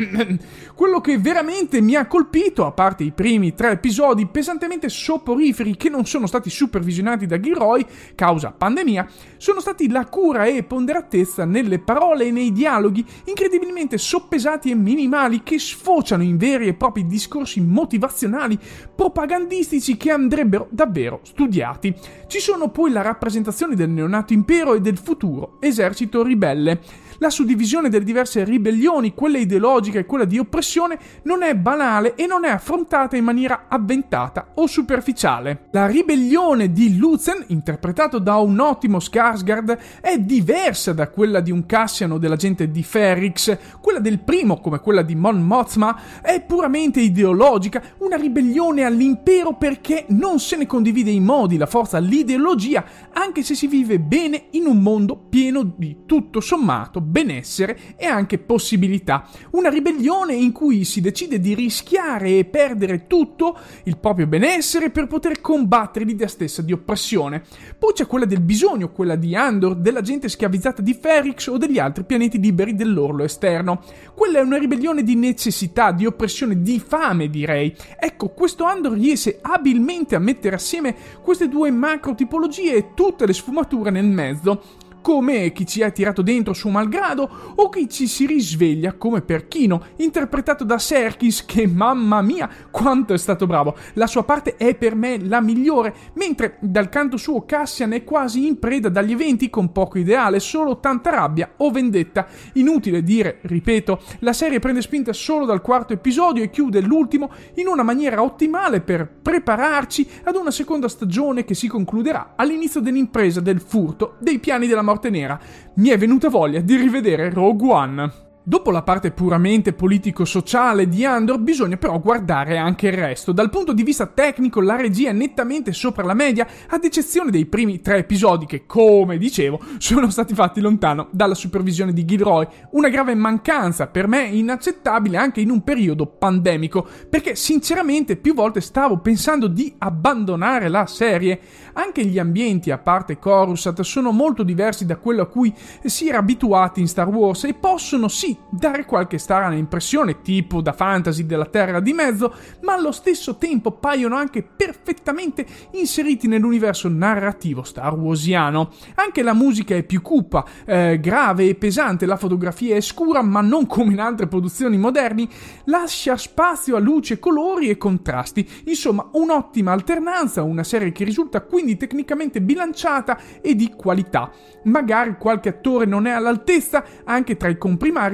Quello che veramente mi ha colpito, a parte i primi tre episodi pesantemente soporiferi che non sono stati supervisionati da Gilroy, causa pandemia, sono stati la cura e ponderatezza nelle parole e nei dialoghi, incredibilmente soppesati e minimali, che sfociano in veri e propri discorsi motivazionali, propagandistici, che andrebbero davvero studiati. Ci sono poi la rappresentazione del neonato impero e del futuro esercito ribelle. La suddivisione delle diverse ribellioni, quella ideologica e quella di oppressione, non è banale e non è affrontata in maniera avventata o superficiale. La ribellione di Luthen, interpretato da un ottimo Skarsgård, è diversa da quella di un Cassian o dell'agente di Ferrix. Quella del primo, come quella di Mon Mothma, è puramente ideologica, una ribellione all'impero perché non se ne condivide i modi, la forza, l'ideologia, anche se si vive bene in un mondo pieno di tutto sommato benessere e anche possibilità. Una ribellione in cui si decide di rischiare e perdere tutto, il proprio benessere, per poter combattere l'idea stessa di oppressione. Poi c'è quella del bisogno, quella di Andor, della gente schiavizzata di Ferrix o degli altri pianeti liberi dell'orlo esterno. Quella è una ribellione di necessità, di oppressione, di fame, direi. Ecco, questo Andor riesce abilmente a mettere assieme queste due macro tipologie e tutte le sfumature nel mezzo, come chi ci è tirato dentro suo malgrado o chi ci si risveglia, come per Kino, interpretato da Serkis, che mamma mia quanto è stato bravo. La sua parte è per me la migliore, mentre dal canto suo Cassian è quasi in preda dagli eventi, con poco ideale, solo tanta rabbia o vendetta. Inutile dire, ripeto, la serie prende spinta solo dal quarto episodio e chiude l'ultimo in una maniera ottimale per prepararci ad una seconda stagione che si concluderà all'inizio dell'impresa del furto dei piani della morte nera. Mi è venuta voglia di rivedere Rogue One. Dopo la parte puramente politico-sociale di Andor, bisogna però guardare anche il resto. Dal punto di vista tecnico, la regia è nettamente sopra la media, ad eccezione dei primi tre episodi che, come dicevo, sono stati fatti lontano dalla supervisione di Gilroy. Una grave mancanza, per me inaccettabile anche in un periodo pandemico, perché sinceramente più volte stavo pensando di abbandonare la serie. Anche gli ambienti, a parte Coruscant, sono molto diversi da quello a cui si era abituati in Star Wars e possono sì dare qualche strana impressione, tipo da fantasy della Terra di Mezzo, ma allo stesso tempo paiono anche perfettamente inseriti nell'universo narrativo Star Warsiano. Anche la musica è più cupa, eh, grave e pesante, la fotografia è scura, ma non come in altre produzioni moderni, lascia spazio a luce, colori e contrasti. Insomma, un'ottima alternanza, una serie che risulta quindi tecnicamente bilanciata e di qualità. Magari qualche attore non è all'altezza, anche tra i comprimari,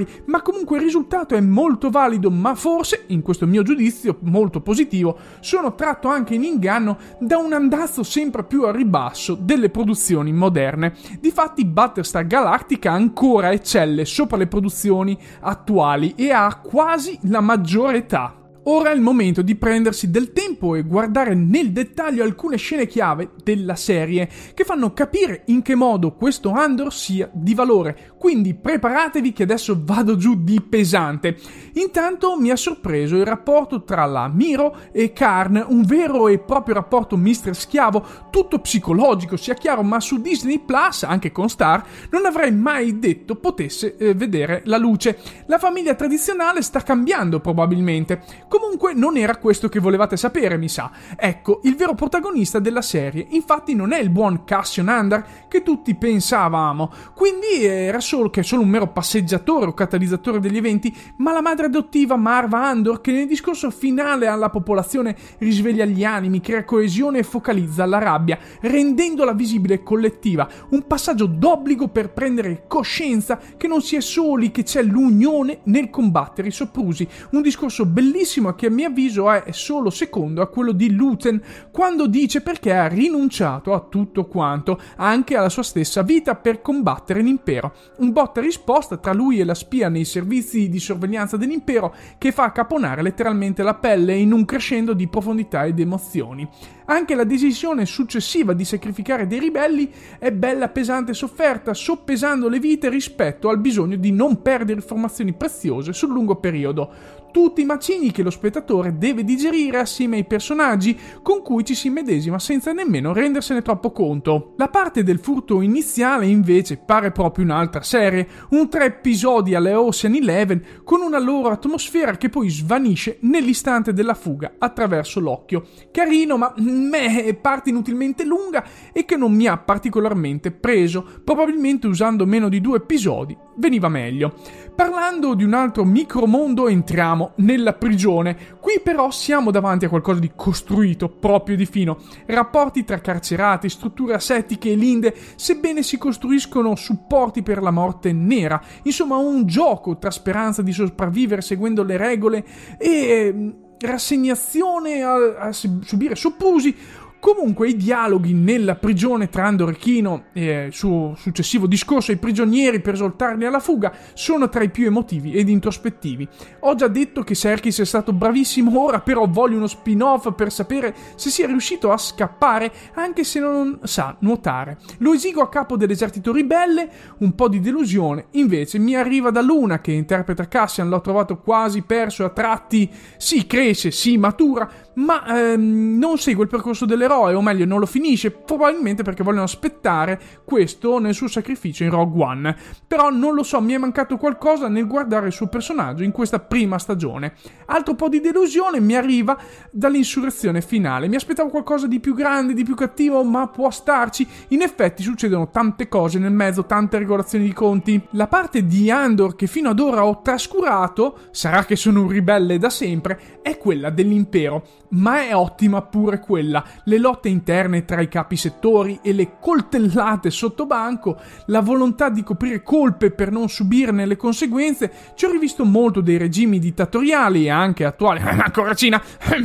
ma comunque il risultato è molto valido, ma forse, in questo mio giudizio molto positivo, sono tratto anche in inganno da un andazzo sempre più a ribasso delle produzioni moderne. Difatti Battlestar Galactica ancora eccelle sopra le produzioni attuali e ha quasi la maggiore età. Ora è il momento di prendersi del tempo e guardare nel dettaglio alcune scene chiave della serie che fanno capire in che modo questo Andor sia di valore, quindi preparatevi che adesso vado giù di pesante. Intanto mi ha sorpreso il rapporto tra la Miro e Karn, un vero e proprio rapporto mister schiavo, tutto psicologico sia chiaro, ma su Disney Plus, anche con Star, non avrei mai detto potesse eh, vedere la luce. La famiglia tradizionale sta cambiando probabilmente. Comunque non era questo che volevate sapere, mi sa. Ecco, il vero protagonista della serie, infatti, non è il buon Cassian Andor che tutti pensavamo, quindi era solo che è solo un mero passeggiatore o catalizzatore degli eventi, ma la madre adottiva Marva Andor, che nel discorso finale alla popolazione risveglia gli animi, crea coesione e focalizza la rabbia, rendendola visibile e collettiva, un passaggio d'obbligo per prendere coscienza che non si è soli, che c'è l'unione nel combattere i soprusi, un discorso bellissimo che a mio avviso è solo secondo a quello di Luthen quando dice perché ha rinunciato a tutto quanto, anche alla sua stessa vita, per combattere l'impero. Un botta e risposta tra lui e la spia nei servizi di sorveglianza dell'impero che fa caponare letteralmente la pelle in un crescendo di profondità ed emozioni. Anche la decisione successiva di sacrificare dei ribelli è bella, pesante e sofferta, soppesando le vite rispetto al bisogno di non perdere informazioni preziose sul lungo periodo. Tutti i macigni che lo spettatore deve digerire assieme ai personaggi con cui ci si immedesima senza nemmeno rendersene troppo conto. La parte del furto iniziale invece pare proprio un'altra serie, un tre episodi alle Ocean Eleven con una loro atmosfera che poi svanisce nell'istante della fuga attraverso l'occhio. Carino, ma me parte inutilmente lunga e che non mi ha particolarmente preso, probabilmente usando meno di due episodi veniva meglio. Parlando di un altro micromondo entriamo nella prigione. Qui però siamo davanti a qualcosa di costruito, proprio di fino. Rapporti tra carcerati, strutture asettiche e linde, sebbene si costruiscono supporti per la morte nera. Insomma, un gioco tra speranza di sopravvivere seguendo le regole e rassegnazione a, a subire soprusi. Comunque i dialoghi nella prigione tra Andor e Kino e il suo successivo discorso ai prigionieri per esortarli alla fuga sono tra i più emotivi ed introspettivi. Ho già detto che Serkis è stato bravissimo, ora però voglio uno spin-off per sapere se sia riuscito a scappare anche se non sa nuotare. Lo esigo a capo dell'esercito ribelle, un po' di delusione invece mi arriva da Luna che interpreta Cassian. L'ho trovato quasi perso a tratti, sì cresce, sì matura, ma ehm, non segue il percorso dell'eroe, o meglio non lo finisce, probabilmente perché vogliono aspettare questo nel suo sacrificio in Rogue One. Però non lo so, mi è mancato qualcosa nel guardare il suo personaggio in questa prima stagione. Altro po' di delusione mi arriva dall'insurrezione finale. Mi aspettavo qualcosa di più grande, di più cattivo, ma può starci. In effetti succedono tante cose nel mezzo, tante regolazioni di conti. La parte di Andor che fino ad ora ho trascurato, sarà che sono un ribelle da sempre, è quella dell'impero. Ma è ottima pure quella. Le lotte interne tra i capi settori e le coltellate sotto banco, la volontà di coprire colpe per non subirne le conseguenze. Ci ho rivisto molto dei regimi dittatoriali e anche attuali, ancora Cina,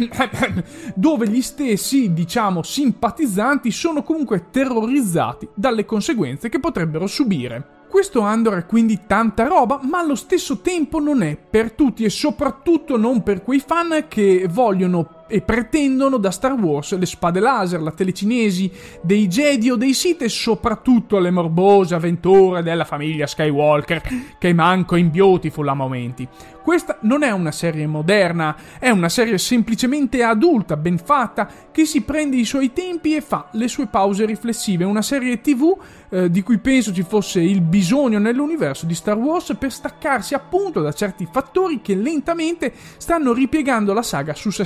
dove gli stessi, diciamo, simpatizzanti sono comunque terrorizzati dalle conseguenze che potrebbero subire. Questo Andor è quindi tanta roba, ma allo stesso tempo non è per tutti e soprattutto non per quei fan che vogliono e pretendono da Star Wars le spade laser, la telecinesi dei Jedi o dei Sith e soprattutto le morbose avventure della famiglia Skywalker che manco in Beautiful a momenti. Questa non è una serie moderna, è una serie semplicemente adulta, ben fatta, che si prende i suoi tempi e fa le sue pause riflessive. Una serie tivù eh, di cui penso ci fosse il bisogno nell'universo di Star Wars per staccarsi appunto da certi fattori che lentamente stanno ripiegando la saga su se stessa.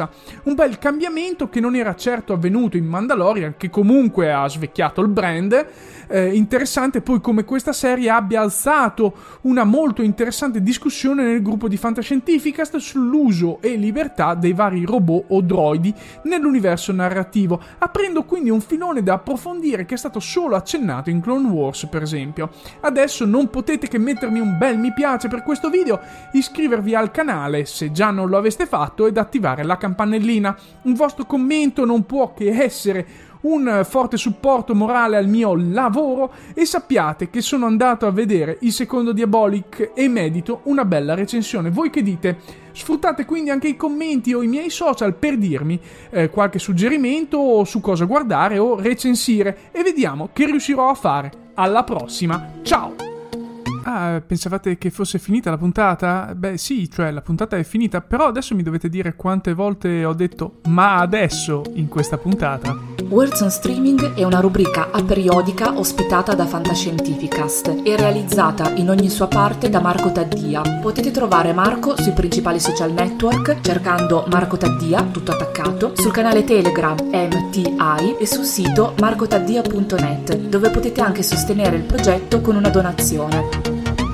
scorsa. Un bel cambiamento che non era certo avvenuto in Mandalorian, che comunque ha svecchiato il brand. Eh, interessante poi come questa serie abbia alzato una molto interessante discussione nel gruppo di Fantascientificast sull'uso e libertà dei vari robot o droidi nell'universo narrativo, aprendo quindi un filone da approfondire che è stato solo accennato in Clone Wars, per esempio. Adesso non potete che mettermi un bel mi piace per questo video, iscrivervi al canale se già non lo aveste fatto ed attivare la campanellina. Un vostro commento non può che essere un forte supporto morale al mio lavoro, e sappiate che sono andato a vedere il secondo Diabolic e medito una bella recensione. Voi che dite? Sfruttate quindi anche i commenti o i miei social per dirmi eh, qualche suggerimento su cosa guardare o recensire, e vediamo che riuscirò a fare. Alla prossima, ciao! Ah, pensavate che fosse finita la puntata? Beh sì, cioè la puntata è finita, però adesso mi dovete dire quante volte ho detto ma adesso in questa puntata. Words on Streaming è una rubrica aperiodica ospitata da Fantascientificast e realizzata in ogni sua parte da Marco Taddia. Potete trovare Marco sui principali social network cercando Marco Taddia, tutto attaccato, sul canale Telegram M T I e sul sito marcotaddia punto net, dove potete anche sostenere il progetto con una donazione.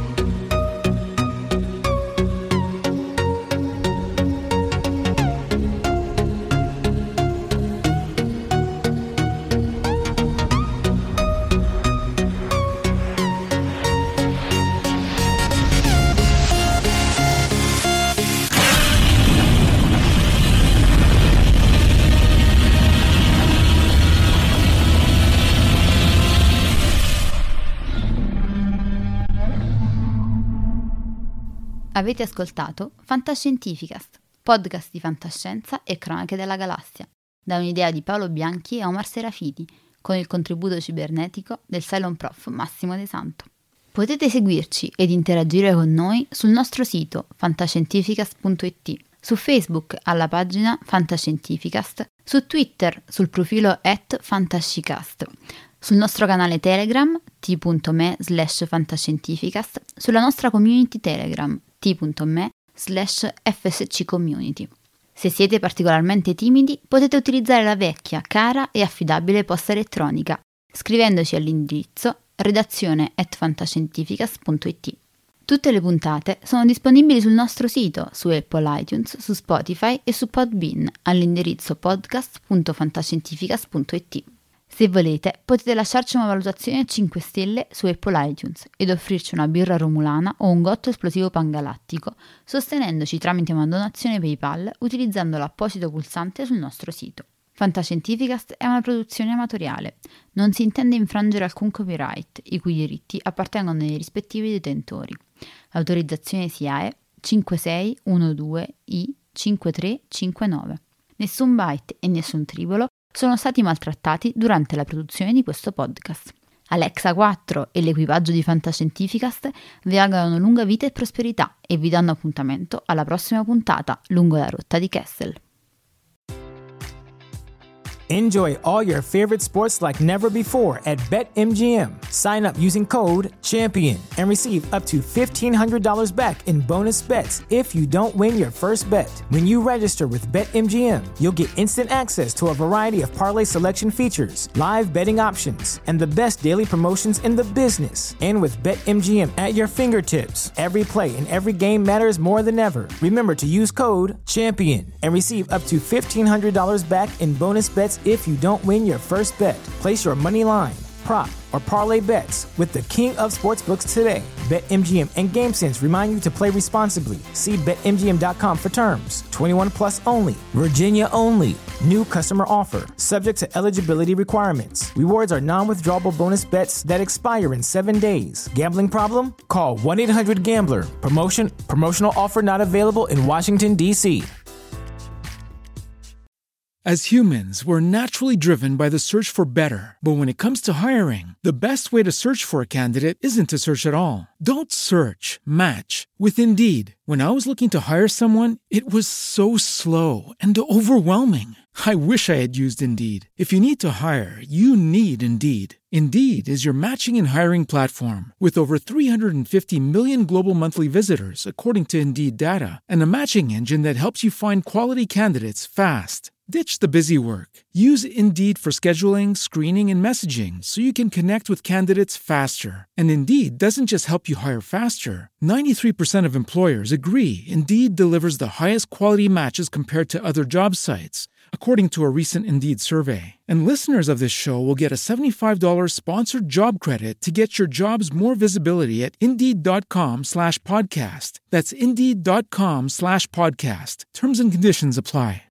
Avete ascoltato Fantascientificast, podcast di fantascienza e cronache della galassia, da un'idea di Paolo Bianchi e Omar Serafiti, con il contributo cibernetico del Cylon Prof Massimo De Santo. Potete seguirci ed interagire con noi sul nostro sito fantascientificast punto it, su Facebook alla pagina Fantascientificast, su Twitter sul profilo at fantascicast, sul nostro canale Telegram t.me slash fantascientificast, sulla nostra community Telegram t.me slash fsccommunity. Se siete particolarmente timidi, potete utilizzare la vecchia, cara e affidabile posta elettronica, scrivendoci all'indirizzo redazione at fantascientificast punto it. Tutte le puntate sono disponibili sul nostro sito, su Apple iTunes, su Spotify e su Podbean, all'indirizzo podcast punto fantascientificast punto it. Se volete, potete lasciarci una valutazione a cinque stelle su Apple iTunes ed offrirci una birra romulana o un gotto esplosivo pangalattico, sostenendoci tramite una donazione PayPal utilizzando l'apposito pulsante sul nostro sito. Fantascientificast è una produzione amatoriale. Non si intende infrangere alcun copyright, i cui diritti appartengono ai rispettivi detentori. L'autorizzazione S I A E cinque sei uno due I cinque tre cinque nove. Nessun byte e nessun tribolo sono stati maltrattati durante la produzione di questo podcast. Alexa quattro e l'equipaggio di Fantascientificast vi augurano lunga vita e prosperità e vi danno appuntamento alla prossima puntata lungo la rotta di Kessel. Enjoy all your favorite sports like never before at BetMGM. Sign up using code CHAMPION and receive up to fifteen hundred dollars back in bonus bets if you don't win your first bet. When you register with BetMGM, you'll get instant access to a variety of parlay selection features, live betting options, and the best daily promotions in the business. And with BetMGM at your fingertips, every play and every game matters more than ever. Remember to use code CHAMPION and receive up to fifteen hundred dollars back in bonus bets if you don't win your first bet. Place your money line, prop, or parlay bets with the king of sportsbooks today. BetMGM and GameSense remind you to play responsibly. See bet M G M dot com for terms. twenty-one plus only. Virginia only. New customer offer. Subject to eligibility requirements. Rewards are non-withdrawable bonus bets that expire in seven days. Gambling problem? Call one eight hundred gambler. Promotion. Promotional offer not available in Washington, D C As humans, we're naturally driven by the search for better. But when it comes to hiring, the best way to search for a candidate isn't to search at all. Don't search, match with Indeed. When I was looking to hire someone, it was so slow and overwhelming. I wish I had used Indeed. If you need to hire, you need Indeed. Indeed is your matching and hiring platform with over three hundred fifty million global monthly visitors, according to Indeed data, and a matching engine that helps you find quality candidates fast. Ditch the busy work. Use Indeed for scheduling, screening, and messaging so you can connect with candidates faster. And Indeed doesn't just help you hire faster. ninety-three percent of employers agree Indeed delivers the highest quality matches compared to other job sites, according to a recent Indeed survey. And listeners of this show will get a seventy-five dollars sponsored job credit to get your jobs more visibility at Indeed.com slash podcast. That's Indeed.com slash podcast. Terms and conditions apply.